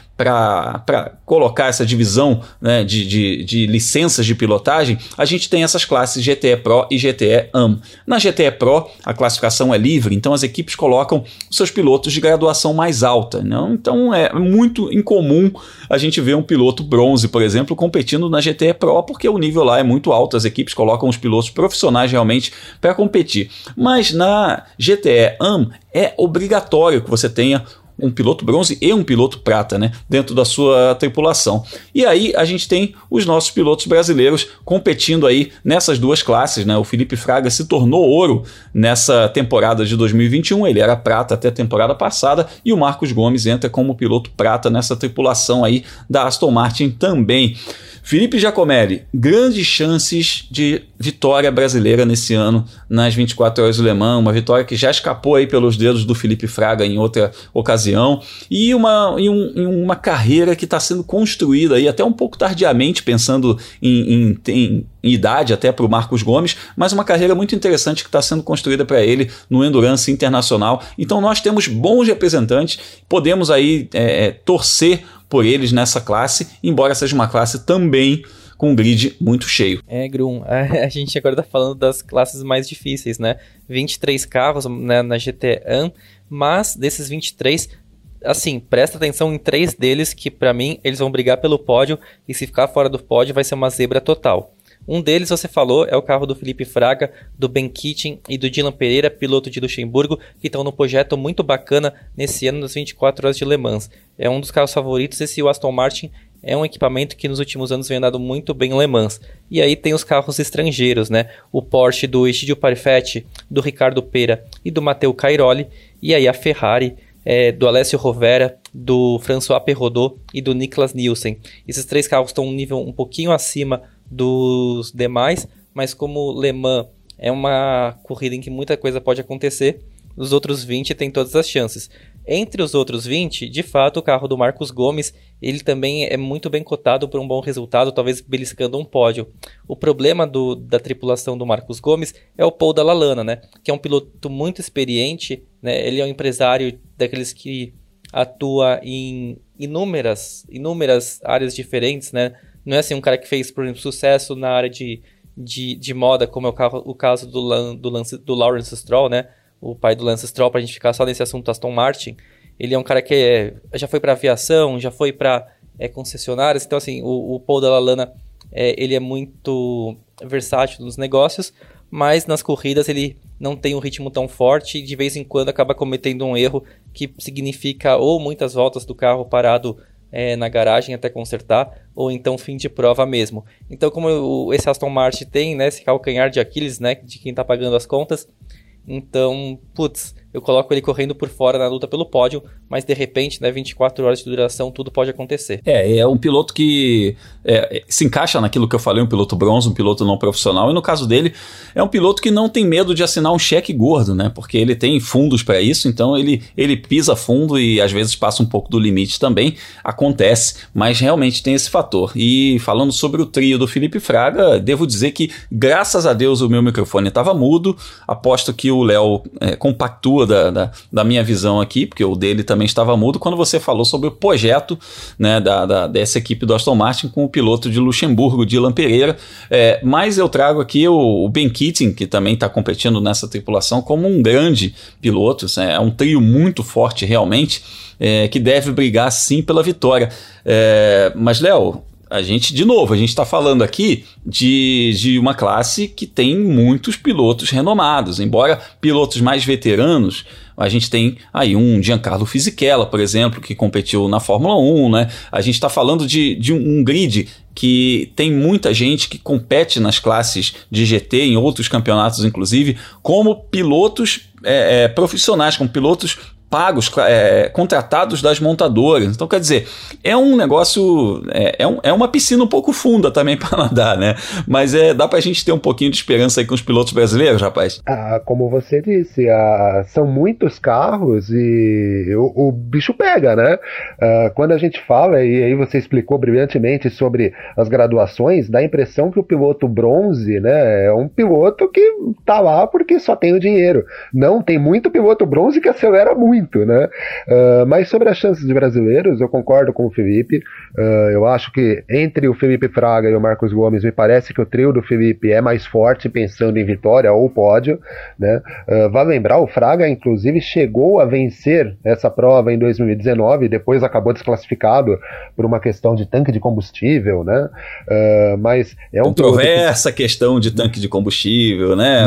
para colocar essa divisão, né, de licenças de pilotagem, a gente tem essas classes GTE Pro e GTE AM. Na GTE Pro, a classificação é livre, então as equipes colocam os seus pilotos de graduação mais alta, né? Então é muito incomum a gente ver um piloto bronze, por exemplo, competindo na GTE Pro, porque o nível lá é muito alto, as equipes colocam os pilotos profissionais realmente para competir. Mas na GTE AM é obrigatório que você tenha um piloto bronze e um piloto prata, né, dentro da sua tripulação. E aí a gente tem os nossos pilotos brasileiros competindo aí nessas duas classes, né? O Felipe Fraga se tornou ouro nessa temporada de 2021, ele era prata até a temporada passada, e o Marcos Gomes entra como piloto prata nessa tripulação aí da Aston Martin também. Felipe Giacomelli, grandes chances de vitória brasileira nesse ano nas 24 horas de Le Mans, uma vitória que já escapou aí pelos dedos do Felipe Fraga em outra ocasião, e uma carreira que está sendo construída aí até um pouco tardiamente, pensando em idade até para o Marcos Gomes, mas uma carreira muito interessante que está sendo construída para ele no Endurance Internacional. Então nós temos bons representantes, podemos aí torcer por eles nessa classe, embora seja uma classe também com um grid muito cheio. Grum, a gente agora tá falando das classes mais difíceis, né? 23 carros, né, na GT AM, mas desses 23, assim, presta atenção em 3 deles que pra mim eles vão brigar pelo pódio, e se ficar fora do pódio vai ser uma zebra total. Um deles, você falou, é o carro do Felipe Fraga, do Ben Keating e do Dylan Pereira, piloto de Luxemburgo, que estão num projeto muito bacana nesse ano das 24 horas de Le Mans. É um dos carros favoritos, esse Aston Martin é um equipamento que nos últimos anos vem andado muito bem em Le Mans. E aí tem os carros estrangeiros, né? O Porsche do Egidio Parifetti, do Ricardo Pera e do Matteo Cairoli, e aí a Ferrari, do Alessio Rovera, do François Perrodot e do Niklas Nielsen. Esses 3 carros estão um nível um pouquinho acima dos demais, mas como Le Mans é uma corrida em que muita coisa pode acontecer, os outros 20 têm todas as chances. Entre os outros 20, de fato, o carro do Marcos Gomes, ele também é muito bem cotado por um bom resultado, talvez beliscando um pódio. O problema da tripulação do Marcos Gomes é o Paul Dallalana, né? Que é um piloto muito experiente, né? Ele é um empresário daqueles que atua em inúmeras áreas diferentes, né? Não é assim um cara que fez, por exemplo, sucesso na área de moda, como é o caso do Lawrence Stroll, né? O pai do Lance Stroll, pra gente ficar só nesse assunto Aston Martin. Ele é um cara que já foi pra aviação, já foi pra concessionárias. Então, assim, o Paul Dallalana ele é muito versátil nos negócios, mas nas corridas ele não tem um ritmo tão forte e de vez em quando acaba cometendo um erro que significa ou muitas voltas do carro parado na garagem até consertar, ou então fim de prova mesmo. Então, como esse Aston Martin tem, né, esse calcanhar de Aquiles, né, de quem tá pagando as contas, então, eu coloco ele correndo por fora na luta pelo pódio, mas de repente, né, 24 horas de duração, tudo pode acontecer. É um piloto que se encaixa naquilo que eu falei, um piloto bronze, um piloto não profissional, e no caso dele, é um piloto que não tem medo de assinar um cheque gordo, né, porque ele tem fundos para isso, então ele pisa fundo e às vezes passa um pouco do limite também, acontece, mas realmente tem esse fator. E falando sobre o trio do Felipe Fraga, devo dizer que, graças a Deus, o meu microfone estava mudo, aposto que o Léo compactua da minha visão aqui, porque o dele também estava mudo, quando você falou sobre o projeto, né, dessa equipe do Aston Martin com o piloto de Luxemburgo, Dylan Pereira, mas eu trago aqui o Ben Keating, que também está competindo nessa tripulação, como um grande piloto, é um trio muito forte realmente, que deve brigar sim pela vitória. Mas, Léo, a gente está falando aqui de uma classe que tem muitos pilotos renomados, embora pilotos mais veteranos, a gente tem aí um Giancarlo Fisichella, por exemplo, que competiu na Fórmula 1, né? A gente está falando de um grid que tem muita gente que compete nas classes de GT, em outros campeonatos inclusive, como pilotos profissionais, como pilotos pagos, contratados das montadoras. Então, quer dizer, é um negócio, é uma piscina um pouco funda também para nadar, né? Mas dá pra gente ter um pouquinho de esperança aí com os pilotos brasileiros, rapaz? Como você disse, são muitos carros e o bicho pega, né? Quando a gente fala, e aí você explicou brilhantemente sobre as graduações, dá a impressão que o piloto bronze, né, é um piloto que tá lá porque só tem o dinheiro. Não, tem muito piloto bronze que acelera muito, né? Mas sobre as chances de brasileiros, eu concordo com o Felipe. Eu acho que entre o Felipe Fraga e o Marcos Gomes, me parece que o trio do Felipe é mais forte, pensando em vitória ou pódio, né? Vale lembrar, o Fraga inclusive chegou a vencer essa prova em 2019, depois acabou desclassificado por uma questão de tanque de combustível, né? Mas é um controversa questão de tanque de combustível, né?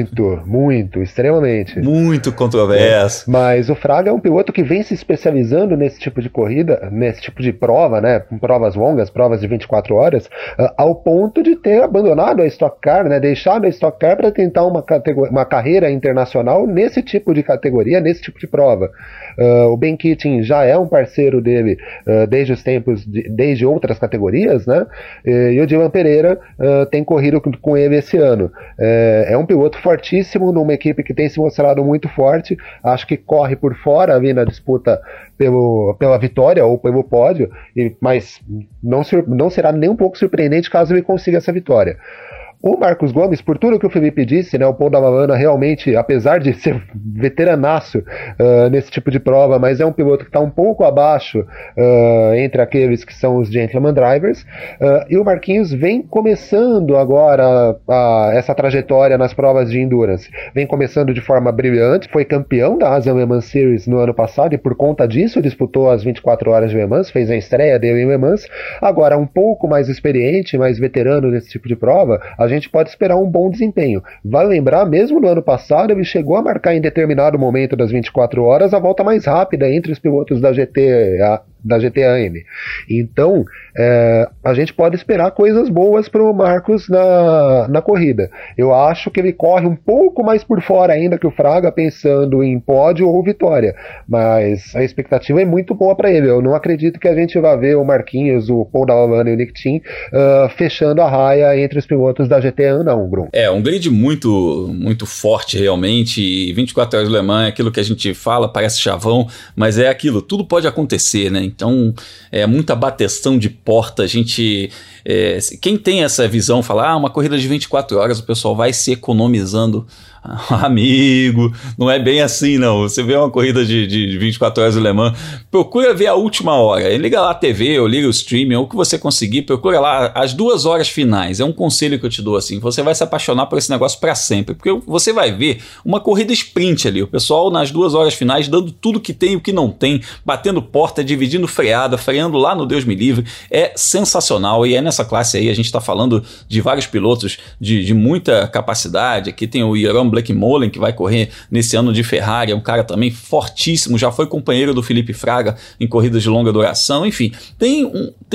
Muito, extremamente. Muito controverso. Mas o Fraga é um piloto que vem se especializando nesse tipo de corrida, nesse tipo de prova, né, provas longas, provas de 24 horas, ao ponto de ter abandonado a Stock Car, né, deixado a Stock Car para tentar uma carreira internacional nesse tipo de categoria, nesse tipo de prova. O Ben Keating já é um parceiro dele desde os tempos, desde outras categorias, né, e o Dylan Pereira tem corrido com ele esse ano. É um piloto fortíssimo, numa equipe que tem se mostrado muito forte, acho que corre por fora ali na disputa pela vitória ou pelo pódio, mas não será nem um pouco surpreendente caso ele consiga essa vitória. O Marcos Gomes, por tudo que o Felipe disse, né, o Paul Dallavana realmente, apesar de ser veteranaço nesse tipo de prova, mas é um piloto que está um pouco abaixo entre aqueles que são os Gentleman Drivers, e o Marquinhos vem começando agora essa trajetória nas provas de endurance. Vem começando de forma brilhante, foi campeão da Asian Le Mans Series no ano passado e por conta disso disputou as 24 horas de Le Mans, fez a estreia dele em Le Mans. Agora um pouco mais experiente, mais veterano nesse tipo de prova, a gente pode esperar um bom desempenho. Vale lembrar, mesmo no ano passado, ele chegou a marcar em determinado momento das 24 horas a volta mais rápida entre os pilotos da GT-AM. Então, a gente pode esperar coisas boas para o Marcos na corrida. Eu acho que ele corre um pouco mais por fora ainda que o Fraga, pensando em pódio ou vitória, mas a expectativa é muito boa para ele. Eu não acredito que a gente vá ver o Marquinhos, o Paul Dallavana e o Nick Tim fechando a raia entre os pilotos da GT-AM, não, Bruno. Um grid muito, muito forte realmente, e 24 horas de Le Mans é aquilo que a gente fala, parece chavão, mas é aquilo, tudo pode acontecer, né? Então, é muita bateção de porta. A gente, quem tem essa visão, fala, uma corrida de 24 horas, o pessoal vai se economizando Amigo, não é bem assim não. Você vê uma corrida de 24 horas de Le Mans, procura ver a última hora. Liga lá a TV, ou liga o streaming, ou o que você conseguir, procura lá as 2 horas finais. É um conselho que eu te dou assim. Você vai se apaixonar por esse negócio para sempre, porque você vai ver uma corrida sprint ali, o pessoal nas 2 horas finais dando tudo que tem e o que não tem, batendo porta, dividindo freada, freando lá no Deus me livre. É sensacional, e é nessa classe aí, a gente está falando de vários pilotos de muita capacidade. Aqui tem o Jeroen Bleckmolen, que vai correr nesse ano de Ferrari, é um cara também fortíssimo, já foi companheiro do Felipe Fraga em corridas de longa duração. Enfim, tem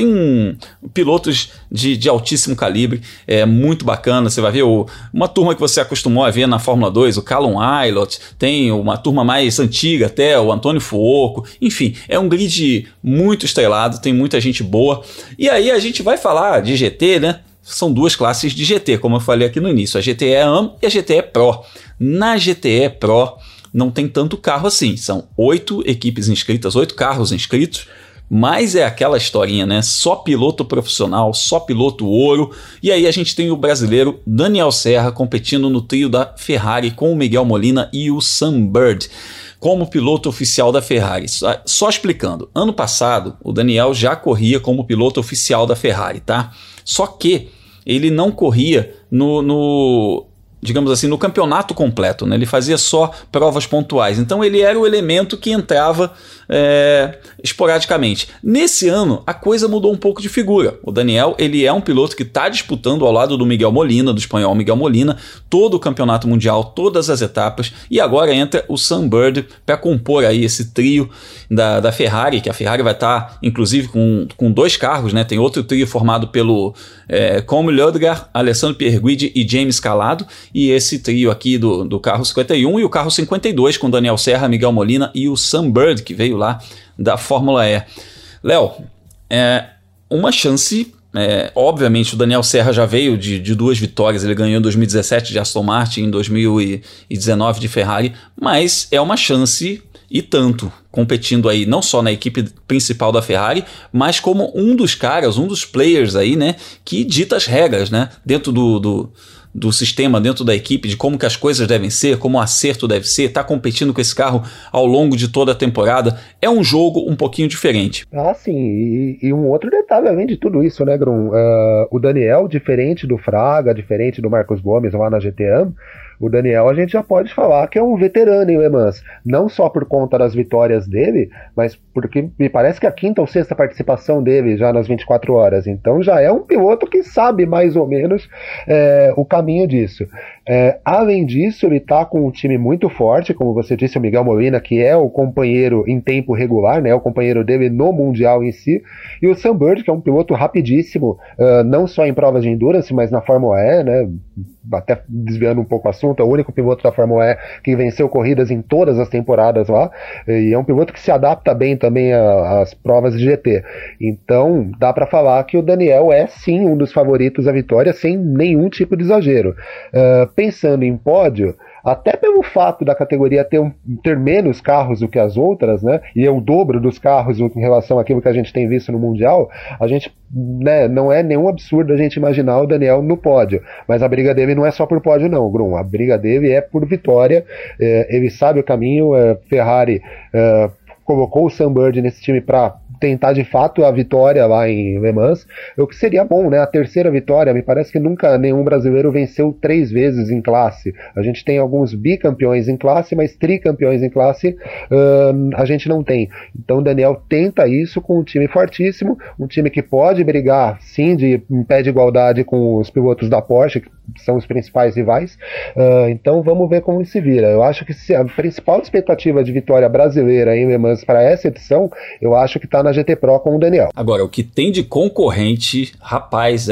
pilotos de altíssimo calibre, é muito bacana. Você vai ver uma turma que você acostumou a ver na Fórmula 2, o Callum Ilott, tem uma turma mais antiga até, o Antônio Fuoco. Enfim, é um grid muito estrelado, tem muita gente boa. E aí a gente vai falar de GT, né? São 2 classes de GT, como eu falei aqui no início, a GTE AM e a GTE Pro. Na GTE Pro não tem tanto carro assim, são 8 equipes inscritas, 8 carros inscritos, mas é aquela historinha, né? Só piloto profissional, só piloto ouro. E aí a gente tem o brasileiro Daniel Serra competindo no trio da Ferrari com o Miguel Molina e o Sam Bird como piloto oficial da Ferrari. Só explicando, ano passado o Daniel já corria como piloto oficial da Ferrari, tá? Só que ele não corria digamos assim, no campeonato completo, né? Ele fazia só provas pontuais. Então ele era o elemento que entrava esporadicamente. Nesse ano, a coisa mudou um pouco de figura. O Daniel, ele é um piloto que está disputando ao lado do Miguel Molina, do espanhol Miguel Molina, todo o campeonato mundial, todas as etapas, e agora entra o Sam Bird para compor aí esse trio da Ferrari, que a Ferrari vai estar, inclusive, com 2 carros, né? Tem outro trio formado pelo Como Lödgar, Alessandro Pierguidi e James Calado, e esse trio aqui do carro 51 e o carro 52 com Daniel Serra, Miguel Molina e o Sam Bird, que veio lá da Fórmula E. Léo, uma chance, obviamente o Daniel Serra já veio de 2 vitórias, ele ganhou em 2017 de Aston Martin, em 2019 de Ferrari, mas é uma chance e tanto, competindo aí não só na equipe principal da Ferrari, mas como um dos caras, um dos players aí, né, que dita as regras, né, dentro do sistema, dentro da equipe, de como que as coisas devem ser, como o acerto deve ser, tá competindo com esse carro ao longo de toda a temporada. É um jogo um pouquinho diferente. Ah, sim, e um outro detalhe além de tudo isso, né, Grum? O Daniel, diferente do Fraga, diferente do Marcos Gomes lá na GTM, o Daniel a gente já pode falar que é um veterano em Le Mans, não só por conta das vitórias dele, mas porque me parece que a 5ª ou 6ª participação dele já nas 24 horas, então já é um piloto que sabe mais ou menos o caminho disso. Além disso, ele está com um time muito forte, como você disse, o Miguel Molina, que é o companheiro em tempo regular, né, o companheiro dele no Mundial em si, e o Sam Bird, que é um piloto rapidíssimo, não só em provas de endurance, mas na Fórmula E, né, até desviando um pouco o assunto, é o único piloto da Fórmula E que venceu corridas em todas as temporadas lá, e é um piloto que se adapta bem também às provas de GT. Então, dá para falar que o Daniel é sim um dos favoritos à vitória, sem nenhum tipo de exagero. Pensando em pódio, até pelo fato da categoria ter menos carros do que as outras, né, e é o dobro dos carros em relação àquilo que a gente tem visto no Mundial, a gente, né, não é nenhum absurdo a gente imaginar o Daniel no pódio, mas a briga dele não é só por pódio não, Grum, a briga dele é por vitória, ele sabe o caminho, Ferrari colocou o Sam Bird nesse time para tentar de fato a vitória lá em Le Mans, o que seria bom, né? A 3ª vitória, me parece que nunca nenhum brasileiro venceu 3 vezes em classe. A gente tem alguns bicampeões em classe, mas tricampeões em classe a gente não tem. Então o Daniel tenta isso com um time fortíssimo, um time que pode brigar sim em pé de igualdade com os pilotos da Porsche, que são os principais rivais. Então vamos ver como se vira. Eu acho que a principal expectativa de vitória brasileira em Le Mans para essa edição, eu acho que está na GT Pro com o Daniel. Agora, o que tem de concorrente, rapaz,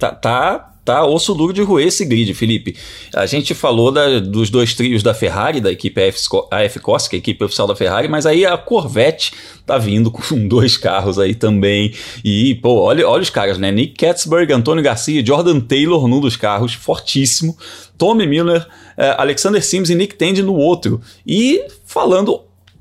tá osso duro de roer esse grid, Felipe. A gente falou dos 2 trios da Ferrari, da equipe AF Corse, que é a equipe oficial da Ferrari, mas aí a Corvette tá vindo com 2 carros aí também. E, pô, olha os caras, né? Nick Katzberg, Antônio Garcia, Jordan Taylor num dos carros, fortíssimo. Tommy Miller, Alexander Sims e Nick Tandy no outro. E falando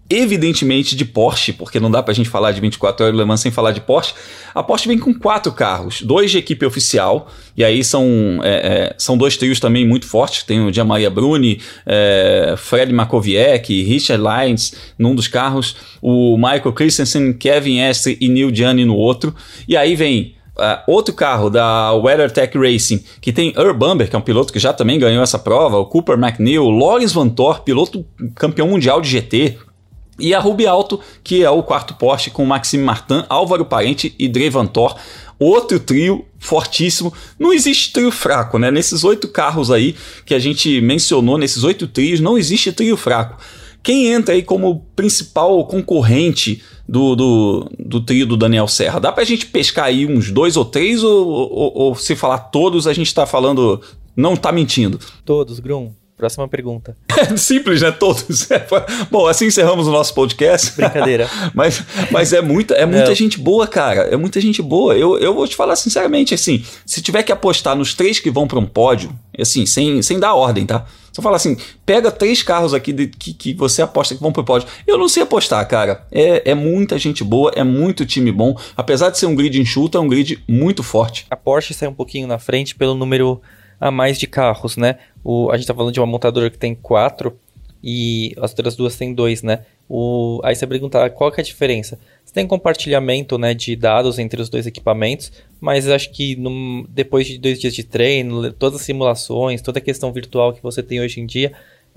evidentemente de Porsche, porque não dá pra gente falar de 24 horas de Le Mans sem falar de Porsche. A Porsche vem com 4 carros, 2 de equipe oficial, e aí são 2 trios também muito fortes, tem o Jean-Marie Bruni, Fred Makowiecki, Richard Lyons num dos carros, o Michael Christensen, Kevin Estre e Neil Gianni no outro, e aí vem outro carro da WeatherTech Racing, que tem Earl Bamber, que é um piloto que já também ganhou essa prova, o Cooper McNeil, Lawrence Vanthoor, piloto campeão mundial de GT, e a Ruby Alto, que é o 4º Porsche com Maxime Martin, Álvaro Parente e Dre Vanthoor. Outro trio fortíssimo. Não existe trio fraco, né? Nesses 8 carros aí que a gente mencionou, nesses 8 trios, não existe trio fraco. Quem entra aí como principal concorrente do trio do Daniel Serra? Dá pra gente pescar aí uns 2 ou 3 ou se falar todos a gente tá falando, não tá mentindo? Todos, Grum. Próxima pergunta. Simples, né? Todos. Bom, assim encerramos o nosso podcast. Brincadeira. mas é muita gente boa, cara. É muita gente boa. Eu vou te falar sinceramente, assim, se tiver que apostar nos 3 que vão para um pódio, assim, sem dar ordem, tá? Só falar assim, pega 3 carros aqui que você aposta que vão pro pódio. Eu não sei apostar, cara. É muita gente boa, é muito time bom. Apesar de ser um grid enxuto, é um grid muito forte. A Porsche sai um pouquinho na frente pelo número a mais de carros, né? A gente tá falando de uma montadora que tem 4 e as outras 2 tem 2, né? Aí você pergunta qual que é a diferença. Você tem compartilhamento, né, de dados entre os 2 equipamentos, mas acho que depois de 2 dias de treino, todas as simulações, toda a questão virtual que você tem hoje em dia,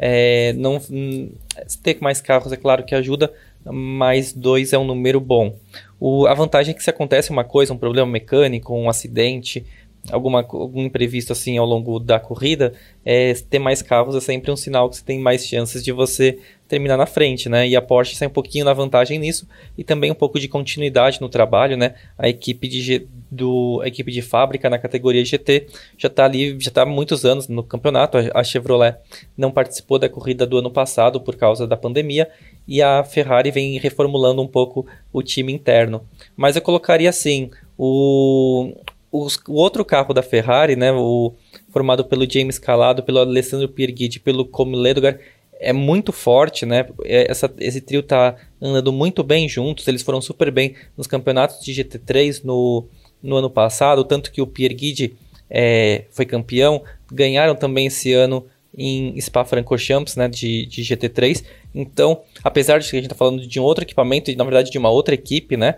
ter mais carros é claro que ajuda, mas 2 é um número bom. A vantagem é que se acontece uma coisa, um problema mecânico, um acidente, algum imprevisto assim ao longo da corrida, ter mais carros é sempre um sinal que você tem mais chances de você terminar na frente, né? E a Porsche sai um pouquinho na vantagem nisso e também um pouco de continuidade no trabalho, né? A equipe de fábrica na categoria GT já está ali, já está há muitos anos no campeonato. A Chevrolet não participou da corrida do ano passado por causa da pandemia e a Ferrari vem reformulando um pouco o time interno. Mas eu colocaria assim, o outro carro da Ferrari, né, formado pelo James Calado, pelo Alessandro Pierguidi, pelo Comme Ledogar, é muito forte, né? Esse trio tá andando muito bem juntos, eles foram super bem nos campeonatos de GT3 no ano passado, tanto que o Pierguidi foi campeão, ganharam também esse ano em Spa-Francorchamps, né, de GT3. Então, apesar de que a gente tá falando de um outro equipamento e na verdade de uma outra equipe, né,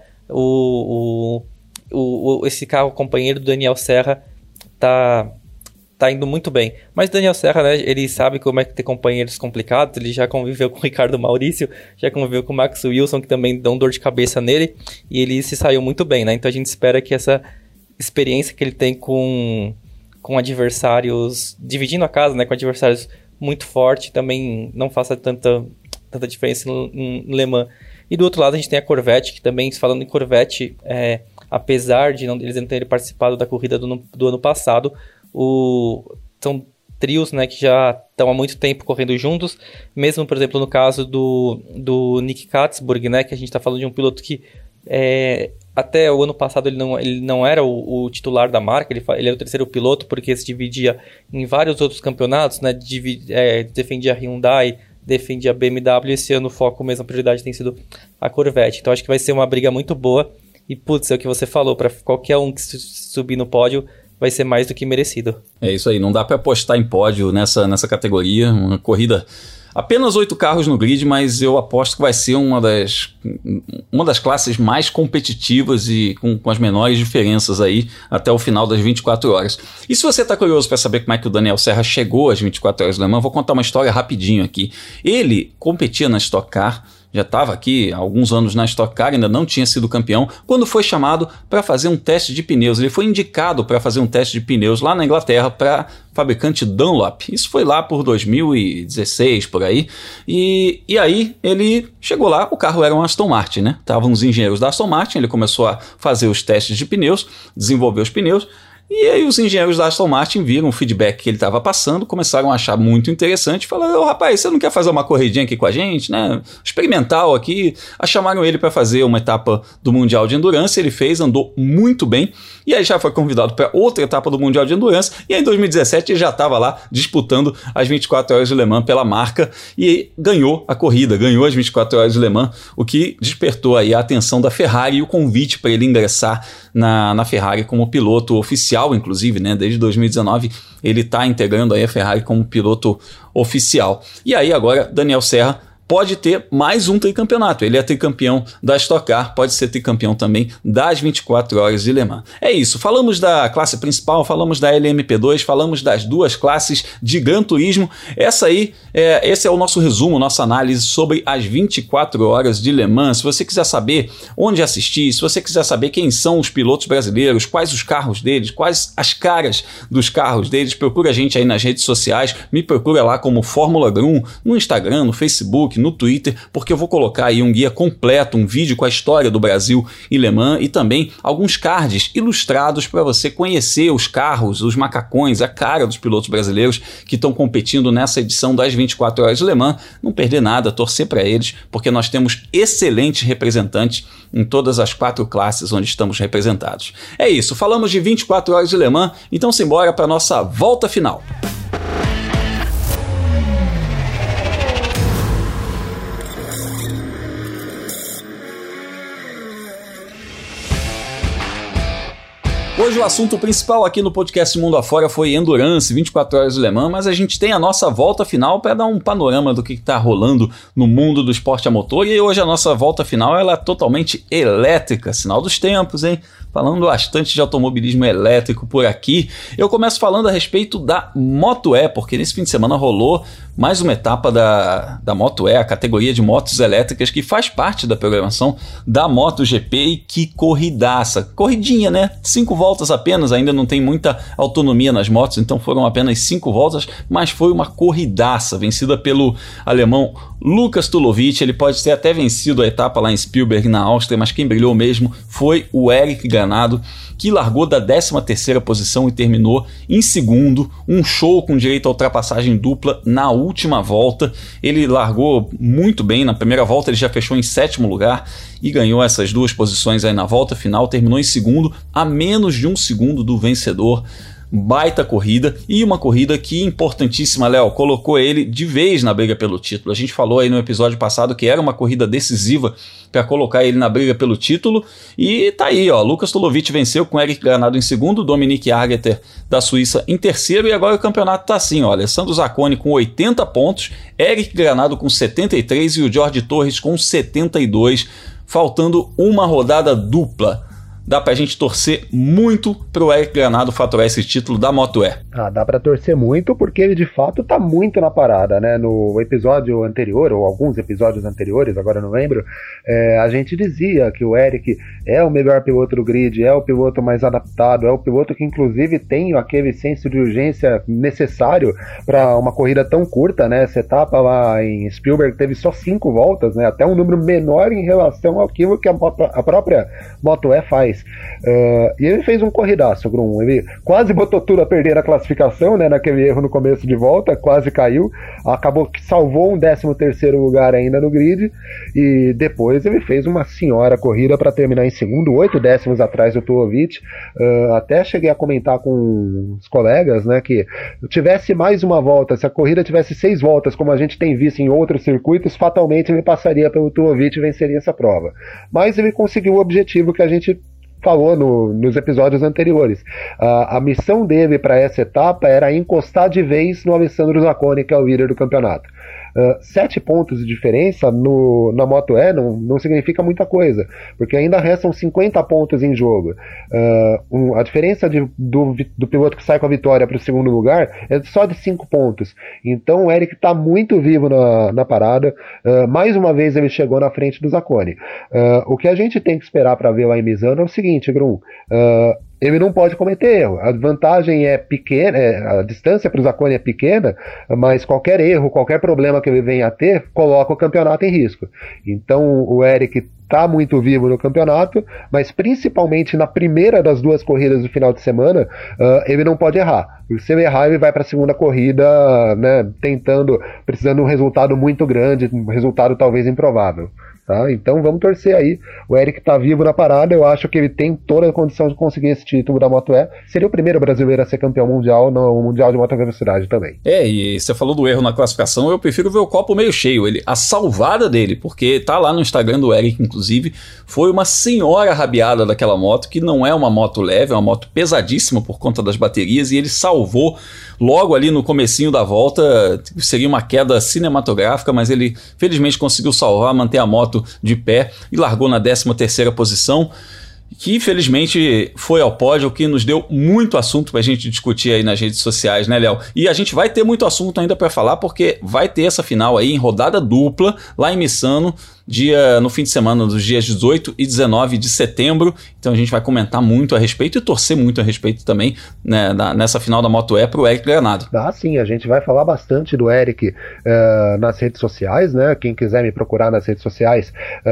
esse carro companheiro do Daniel Serra tá indo muito bem. Mas Daniel Serra, né, ele sabe como é que ter companheiros complicados, ele já conviveu com o Ricardo Maurício, já conviveu com o Max Wilson, que também dão dor de cabeça nele, e ele se saiu muito bem, né? Então a gente espera que essa experiência que ele tem com adversários, dividindo a casa, né, com adversários muito fortes, também não faça tanta diferença em Le Mans. E do outro lado a gente tem a Corvette, que também, falando em Corvette, apesar de eles não terem participado da corrida do ano passado, são trios, né, que já estão há muito tempo correndo juntos, mesmo, por exemplo, no caso do Nick Katzburg, né, que a gente está falando de um piloto que até o ano passado ele não era o titular da marca, ele era o terceiro piloto porque se dividia em vários outros campeonatos, né, defendia a Hyundai, defendia a BMW, esse ano o foco, mesmo a prioridade tem sido a Corvette, então acho que vai ser uma briga muito boa e, putz, é o que você falou, para qualquer um que subir no pódio vai ser mais do que merecido. É isso aí, não dá para apostar em pódio nessa categoria, uma corrida, apenas 8 carros no grid, mas eu aposto que vai ser uma das classes mais competitivas e com as menores diferenças aí até o final das 24 horas. E se você está curioso para saber como é que o Daniel Serra chegou às 24 horas do Le Mans, vou contar uma história rapidinho aqui. Ele competia na Stock Car, já estava aqui há alguns anos na Stock Car, ainda não tinha sido campeão, quando foi chamado para fazer um teste de pneus. Ele foi indicado para fazer um teste de pneus lá na Inglaterra para fabricante Dunlop. Isso foi lá por 2016, por aí. E aí ele chegou lá, o carro era um Aston Martin, né? Estavam os engenheiros da Aston Martin, ele começou a fazer os testes de pneus, desenvolver os pneus, E aí os engenheiros da Aston Martin viram o feedback que ele estava passando, começaram a achar muito interessante, falaram, rapaz, você não quer fazer uma corridinha aqui com a gente, né? Experimental aqui. Chamaram ele para fazer uma etapa do Mundial de Endurance, ele fez, andou muito bem, e aí já foi convidado para outra etapa do Mundial de Endurance, e aí em 2017 ele já estava lá disputando as 24 horas de Le Mans pela marca, e ganhou a corrida, ganhou as 24 horas de Le Mans, o que despertou aí a atenção da Ferrari e o convite para ele ingressar na Ferrari como piloto oficial, inclusive, né? Desde 2019 ele está integrando aí a Ferrari como piloto oficial. E aí agora Daniel Serra pode ter mais um tricampeonato. Ele é tricampeão da Stock Car, pode ser tricampeão também das 24 horas de Le Mans. É isso, falamos da classe principal, falamos da LMP2, falamos das duas classes de Gran Turismo. Esse é o nosso resumo, nossa análise sobre as 24 horas de Le Mans. Se você quiser saber onde assistir, se você quiser saber quem são os pilotos brasileiros, quais os carros deles, quais as caras dos carros deles, procura a gente aí nas redes sociais, me procura lá como Fórmula Grum, no Instagram, no Facebook, no Twitter, porque eu vou colocar aí um guia completo, um vídeo com a história do Brasil e Le Mans e também alguns cards ilustrados para você conhecer os carros, os macacões, a cara dos pilotos brasileiros que estão competindo nessa edição das 24 horas de Le Mans. Não perder nada, torcer para eles, porque nós temos excelentes representantes em todas as 4 classes onde estamos representados. É isso, falamos de 24 horas de Le Mans, então simbora para nossa volta final. Hoje o assunto principal aqui no podcast Mundo Afora foi Endurance, 24 horas de Le Mans, mas a gente tem a nossa volta final para dar um panorama do que está rolando no mundo do esporte a motor, e hoje a nossa volta final ela é totalmente elétrica, sinal dos tempos, hein? Falando bastante de automobilismo elétrico por aqui. Eu começo falando a respeito da Moto E, porque nesse fim de semana rolou mais uma etapa da Moto E, a categoria de motos elétricas que faz parte da programação da MotoGP, e que corridaça. Corridinha, né? 5 voltas apenas, ainda não tem muita autonomia nas motos, então foram apenas 5 voltas, mas foi uma corridaça, vencida pelo alemão Lukas Tulovic. Ele pode ter até vencido a etapa lá em Spielberg, na Áustria, mas quem brilhou mesmo foi o Eric Granado, que largou da 13ª posição e terminou em segundo, um show com direito a ultrapassagem dupla na última volta. Ele largou muito bem, na primeira volta ele já fechou em 7º lugar e ganhou essas 2 posições aí na volta final, terminou em segundo, a menos de 1 segundo do vencedor. Baita corrida, e uma corrida que, importantíssima, Léo, colocou ele de vez na briga pelo título. A gente falou aí no episódio passado que era uma corrida decisiva para colocar ele na briga pelo título, e tá aí, ó, Lukas Tulovic venceu com Eric Granado em segundo, Dominique Argeter da Suíça em terceiro, e agora o campeonato tá assim, ó, Alessandro Zacconi com 80 pontos, Eric Granado com 73 e o Jorge Torres com 72, faltando uma rodada dupla. Dá pra gente torcer muito pro Eric Granado faturar esse título da Moto E. Dá pra torcer muito, porque ele de fato tá muito na parada, né? No episódio anterior, ou alguns episódios anteriores, agora não lembro, a gente dizia que o Eric é o melhor piloto do grid, é o piloto mais adaptado, é o piloto que inclusive tem aquele senso de urgência necessário para uma corrida tão curta, né? Essa etapa lá em Spielberg teve só 5 voltas, né? Até um número menor em relação àquilo que a própria Moto E faz. E ele fez um corridaço, Grum. Ele quase botou tudo a perder a classificação, né, naquele erro no começo de volta, quase caiu, acabou que salvou um 13º lugar ainda no grid, e depois ele fez uma senhora corrida para terminar em segundo, 8 décimos atrás do Tulovic. Até cheguei a comentar com os colegas, né, que tivesse mais uma volta, se a corrida tivesse 6 voltas, como a gente tem visto em outros circuitos, fatalmente ele passaria pelo Tulovic e venceria essa prova. Mas ele conseguiu o objetivo que a gente falou nos episódios anteriores. A missão dele para essa etapa era encostar de vez no Alessandro Zacconi, que é o líder do campeonato. 7 pontos de diferença na Moto E não significa muita coisa, porque ainda restam 50 pontos em jogo. A diferença do piloto que sai com a vitória para o segundo lugar é só de 5 pontos. Então o Eric está muito vivo na parada. Mais uma vez ele chegou na frente do Zacconi. O que a gente tem que esperar para ver lá em Misano é o seguinte, Grum. ele não pode cometer erro. A vantagem é pequena, a distância para o Zacconi é pequena, mas qualquer erro, qualquer problema que ele venha a ter, coloca o campeonato em risco. Então o Eric está muito vivo no campeonato, mas principalmente na primeira das 2 corridas do final de semana, ele não pode errar. Se ele errar, ele vai para a segunda corrida, né, precisando de um resultado muito grande, um resultado talvez improvável. Tá? Então vamos torcer aí. O Eric tá vivo na parada. Eu acho que ele tem toda a condição de conseguir esse título da Moto E. Seria o primeiro brasileiro a ser campeão mundial no Mundial de Moto Velocidade também. E você falou do erro na classificação. Eu prefiro ver o copo meio cheio. A salvada dele, porque tá lá no Instagram do Eric, inclusive, foi uma senhora rabiada daquela moto, que não é uma moto leve, é uma moto pesadíssima por conta das baterias, e ele salvou logo ali no comecinho da volta. Seria uma queda cinematográfica, mas ele felizmente conseguiu salvar, manter a moto de pé e largou na 13ª posição, que felizmente foi ao pódio, que nos deu muito assunto pra gente discutir aí nas redes sociais, né, Léo? E a gente vai ter muito assunto ainda para falar, porque vai ter essa final aí em rodada dupla lá em Missano, no fim de semana dos dias 18 e 19 de setembro. Então a gente vai comentar muito a respeito e torcer muito a respeito também, né, nessa final da Moto E pro Eric Granado. Sim, a gente vai falar bastante do Eric nas redes sociais, né? Quem quiser me procurar nas redes sociais,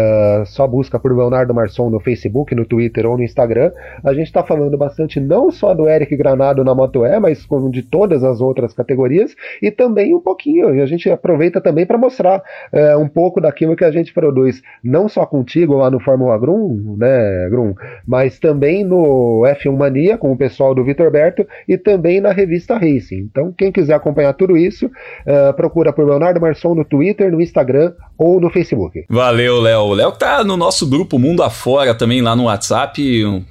só busca por Leonardo Marçom no Facebook, no Twitter ou no Instagram. A gente está falando bastante não só do Eric Granado na Moto E, mas de todas as outras categorias, e também um pouquinho, e a gente aproveita também para mostrar um pouco daquilo que a gente produz, não só contigo lá no Fórmula Grum, né, Grum, mas também no F1 Mania, com o pessoal do Vitor Berto, e também na revista Racing. Então, quem quiser acompanhar tudo isso, procura por Leonardo Marçom no Twitter, no Instagram ou no Facebook. Valeu, Léo. O Léo que tá no nosso grupo Mundo Afora também lá no WhatsApp,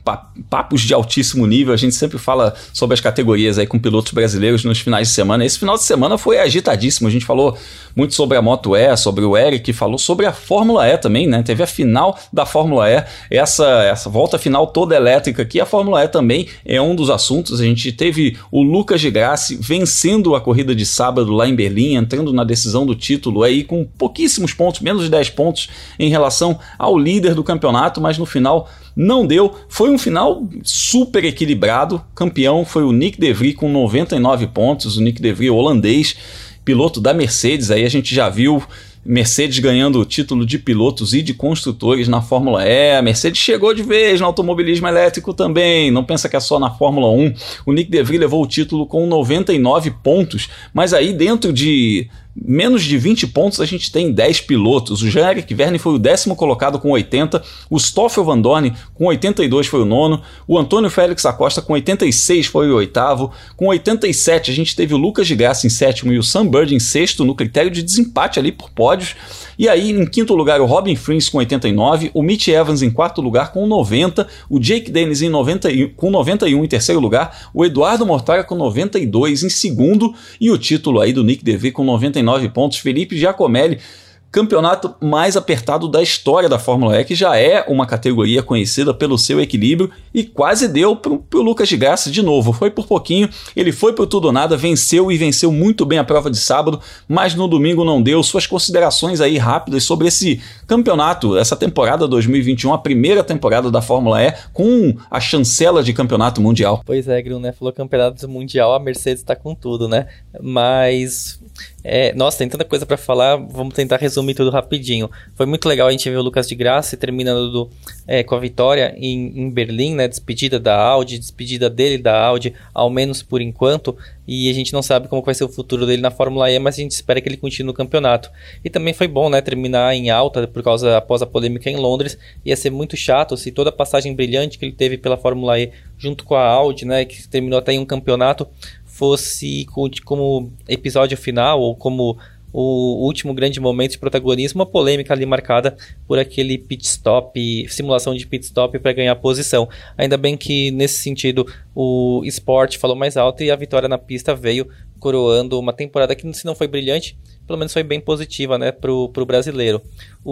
papos de altíssimo nível. A gente sempre fala sobre as categorias aí com pilotos brasileiros nos finais de semana. Esse final de semana foi agitadíssimo. A gente falou muito sobre a Moto E, sobre o Eric, falou sobre a Fórmula E também, né? Teve a final da Fórmula E, essa volta final toda elétrica aqui. A Fórmula E também é um dos assuntos. A gente teve o Lucas de Grassi vencendo a corrida de sábado lá em Berlim, entrando na decisão do título aí com pouquíssimos pontos, menos de 10 pontos em relação ao líder do campeonato, mas no final não deu. Foi um final super equilibrado. Campeão foi o Nick De Vries com 99 pontos. O Nick De Vries, holandês, piloto da Mercedes. Aí a gente já viu Mercedes ganhando o título de pilotos e de construtores na Fórmula E. A Mercedes chegou de vez no automobilismo elétrico também. Não pensa que é só na Fórmula 1. O Nick De Vries levou o título com 99 pontos, mas aí dentro de menos de 20 pontos a gente tem 10 pilotos. O Jean-Eric Vergne foi o 10º colocado com 80, o Stoffel Van Dorn com 82 foi o 9º, o Antônio Félix Acosta com 86 foi o 8º, com 87 a gente teve o Lucas de Grassi em 7º e o Sam Bird em 6º no critério de desempate ali por pódios. E aí, em 5º lugar, o Robin Frins com 89, o Mitch Evans em 4º lugar com 90, o Jake Dennis com 91 em 3º lugar, o Eduardo Mortara com 92 em 2º e o título aí do Nick De Vries com 99 pontos. Felipe Giacomelli, campeonato mais apertado da história da Fórmula E, que já é uma categoria conhecida pelo seu equilíbrio, e quase deu pro Lucas de Grassi de novo. Foi por pouquinho, ele foi pro tudo ou nada, venceu e venceu muito bem a prova de sábado, mas no domingo não deu. Suas considerações aí rápidas sobre esse campeonato, essa temporada 2021, a primeira temporada da Fórmula E, com a chancela de campeonato mundial. Pois é, Grum, né? Falou campeonato mundial, a Mercedes tá com tudo, né? Mas nossa, tem tanta coisa pra falar, vamos tentar resumir tudo rapidinho. Foi muito legal a gente ver o Lucas de Grassi terminando com a vitória em Berlim, né? Despedida da Audi, despedida dele da Audi, ao menos por enquanto, e a gente não sabe como vai ser o futuro dele na Fórmula E, mas a gente espera que ele continue no campeonato. E também foi bom, né, terminar em alta após a polêmica em Londres. Ia ser muito chato se toda a passagem brilhante que ele teve pela Fórmula E junto com a Audi, né, que terminou até em um campeonato, fosse como episódio final ou como o último grande momento de protagonismo, uma polêmica ali marcada por aquele pit stop, simulação de pit stop para ganhar posição. Ainda bem que nesse sentido o Sport falou mais alto e a vitória na pista veio coroando uma temporada que, se não foi brilhante, pelo menos foi bem positiva, né, pro brasileiro.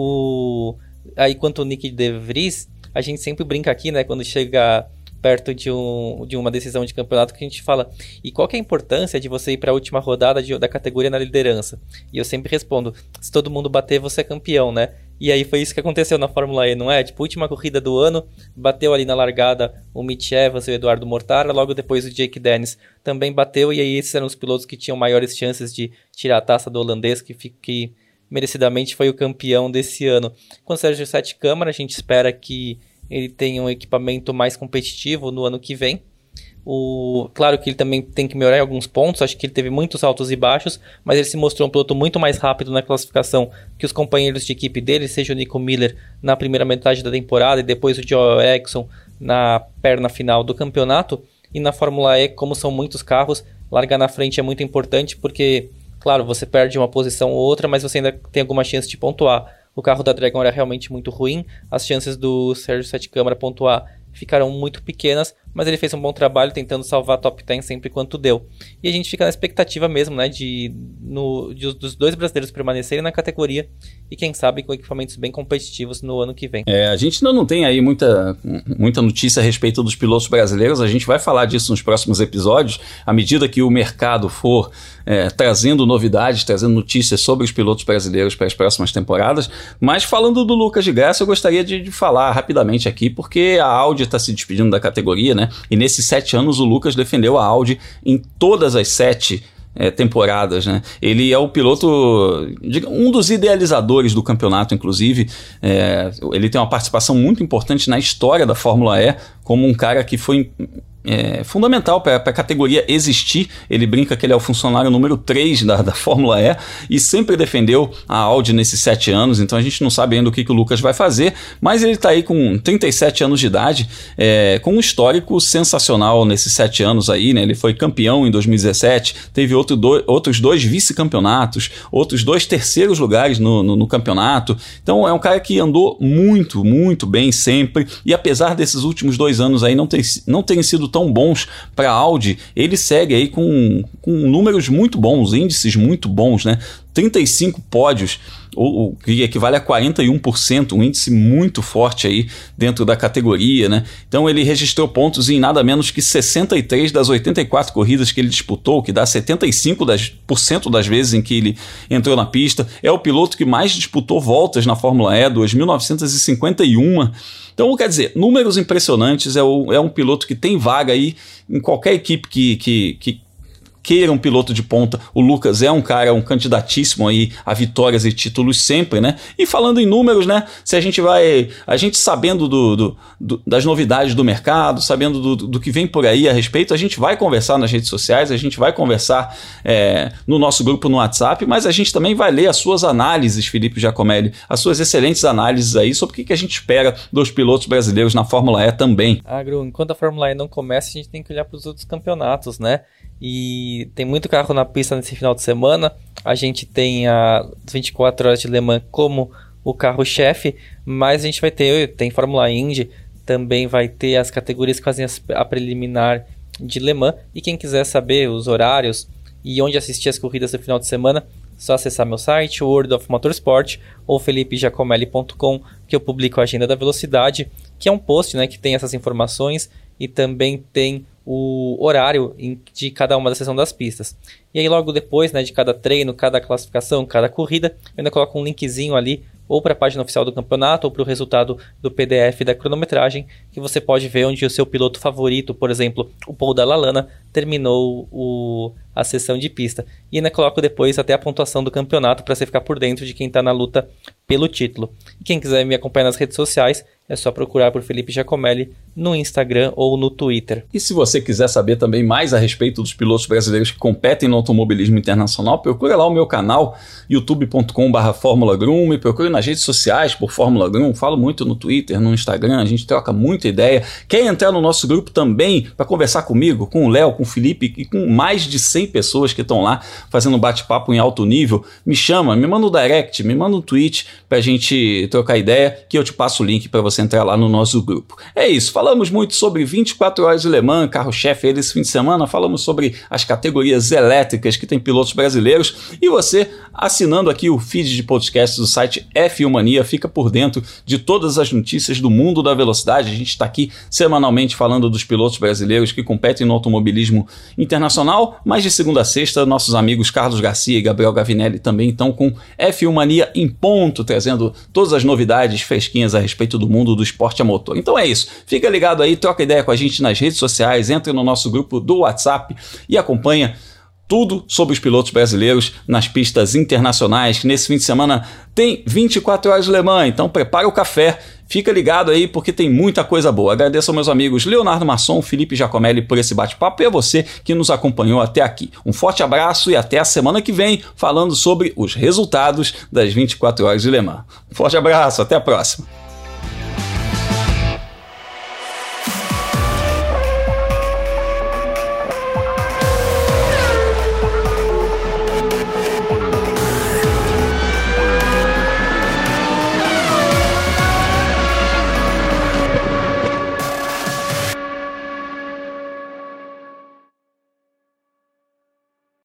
Aí quanto ao Nick De Vries, a gente sempre brinca aqui, né, quando chega perto de uma decisão de campeonato, que a gente fala, e qual que é a importância de você ir para a última rodada da categoria na liderança? E eu sempre respondo, se todo mundo bater, você é campeão, né? E aí foi isso que aconteceu na Fórmula E, não é? Tipo, última corrida do ano, bateu ali na largada o Mitch Evans e o Eduardo Mortara, logo depois o Jake Dennis também bateu, e aí esses eram os pilotos que tinham maiores chances de tirar a taça do holandês, que merecidamente foi o campeão desse ano. Com o Sérgio Sete Câmara, a gente espera que ele tenha um equipamento mais competitivo no ano que vem. Claro que ele também tem que melhorar em alguns pontos, acho que ele teve muitos altos e baixos, mas ele se mostrou um piloto muito mais rápido na classificação que os companheiros de equipe dele, seja o Nico Miller na primeira metade da temporada e depois o Joe Eriksson na perna final do campeonato. E na Fórmula E, como são muitos carros, largar na frente é muito importante porque, claro, você perde uma posição ou outra, mas você ainda tem alguma chance de pontuar. O carro da Dragon era realmente muito ruim, as chances do Sérgio Sete Câmara pontuar ficaram muito pequenas, mas ele fez um bom trabalho tentando salvar a top 10 sempre quanto deu. E a gente fica na expectativa mesmo, né, dos dois brasileiros permanecerem na categoria e quem sabe com equipamentos bem competitivos no ano que vem. A gente ainda não tem aí muita notícia a respeito dos pilotos brasileiros, a gente vai falar disso nos próximos episódios, à medida que o mercado for trazendo novidades, trazendo notícias sobre os pilotos brasileiros para as próximas temporadas. Mas falando do Lucas de Graça, eu gostaria de falar rapidamente aqui, porque a Audi está se despedindo da categoria, né? E nesses 7 anos o Lucas defendeu a Audi em todas as 7 temporadas, né? Ele é o piloto, um dos idealizadores do campeonato, inclusive. Ele tem uma participação muito importante na história da Fórmula E, como um cara que foi fundamental para a categoria existir. Ele brinca que ele é o funcionário número 3 da Fórmula E e sempre defendeu a Audi nesses 7 anos, então a gente não sabe ainda o que o Lucas vai fazer, mas ele está aí com 37 anos de idade, com um histórico sensacional nesses 7 anos aí, né? Ele foi campeão em 2017, teve outros 2 vice-campeonatos, outros 2 terceiros lugares no campeonato, então é um cara que andou muito, muito bem sempre, e apesar desses últimos 2 anos aí não terem sido tão bons para a Audi, ele segue aí com números muito bons, índices muito bons, né? 35 pódios, o que equivale a 41%, um índice muito forte aí dentro da categoria, né? Então ele registrou pontos em nada menos que 63 das 84 corridas que ele disputou, que dá 75% das vezes em que ele entrou na pista. É o piloto que mais disputou voltas na Fórmula E, 2.951. Então, quer dizer, números impressionantes, é um piloto que tem vaga aí em qualquer equipe que queira um piloto de ponta. O Lucas é um candidatíssimo aí a vitórias e títulos sempre, né? E falando em números, né? Se a gente sabendo das novidades do mercado, sabendo do que vem por aí a respeito, a gente vai conversar nas redes sociais, a gente vai conversar no nosso grupo no WhatsApp, mas a gente também vai ler as suas análises, Felipe Giacomelli, as suas excelentes análises aí sobre o que a gente espera dos pilotos brasileiros na Fórmula E também. Gru, enquanto a Fórmula E não começa, a gente tem que olhar para os outros campeonatos, né? E tem muito carro na pista nesse final de semana. A gente tem a 24 horas de Le Mans como o carro-chefe, mas a gente tem Fórmula Indy, também vai ter as categorias que fazem a preliminar de Le Mans. E quem quiser saber os horários e onde assistir as corridas do final de semana, só acessar meu site, World of Motorsport, ou felipegiacomelli.com, que eu publico a Agenda da Velocidade, que é um post, né, que tem essas informações e também tem o horário de cada uma da sessão das pistas. E aí logo depois, né, de cada treino, cada classificação, cada corrida, eu ainda coloco um linkzinho ali, ou para a página oficial do campeonato, ou para o resultado do PDF da cronometragem, que você pode ver onde o seu piloto favorito, por exemplo, o Paul Dallalana, terminou a sessão de pista. E ainda coloco depois até a pontuação do campeonato, para você ficar por dentro de quem está na luta pelo título. E quem quiser me acompanhar nas redes sociais, é só procurar por Felipe Giacomelli no Instagram ou no Twitter. E se você quiser saber também mais a respeito dos pilotos brasileiros que competem no automobilismo internacional, procura lá o meu canal, youtube.com/Fórmula Grum, me procure nas redes sociais por Fórmula Grum, falo muito no Twitter, no Instagram, a gente troca muita ideia. Quer entrar no nosso grupo também para conversar comigo, com o Léo, com o Felipe e com mais de 100 pessoas que estão lá fazendo bate-papo em alto nível? Me chama, me manda um direct, me manda um tweet pra gente trocar ideia, que eu te passo o link para você entrar lá no nosso grupo. É isso, falando Falamos muito sobre 24 horas de Le Mans, carro-chefe aí desse fim de semana, falamos sobre as categorias elétricas que tem pilotos brasileiros, e você, assinando aqui o feed de podcast do site F1 Mania, fica por dentro de todas as notícias do mundo da velocidade. A gente está aqui semanalmente falando dos pilotos brasileiros que competem no automobilismo internacional, mas de segunda a sexta, nossos amigos Carlos Garcia e Gabriel Gavinelli também estão com F1 Mania em ponto, trazendo todas as novidades fresquinhas a respeito do mundo do esporte a motor. Então é isso, fica ligado aí, troca ideia com a gente nas redes sociais, entra no nosso grupo do WhatsApp e acompanha tudo sobre os pilotos brasileiros nas pistas internacionais, que nesse fim de semana tem 24 horas de Le Mans, então prepara o café, fica ligado aí porque tem muita coisa boa. Agradeço aos meus amigos Leonardo Masson, Felipe Giacomelli por esse bate-papo e a você que nos acompanhou até aqui. Um forte abraço e até a semana que vem falando sobre os resultados das 24 horas de Le Mans. Um forte abraço, até a próxima.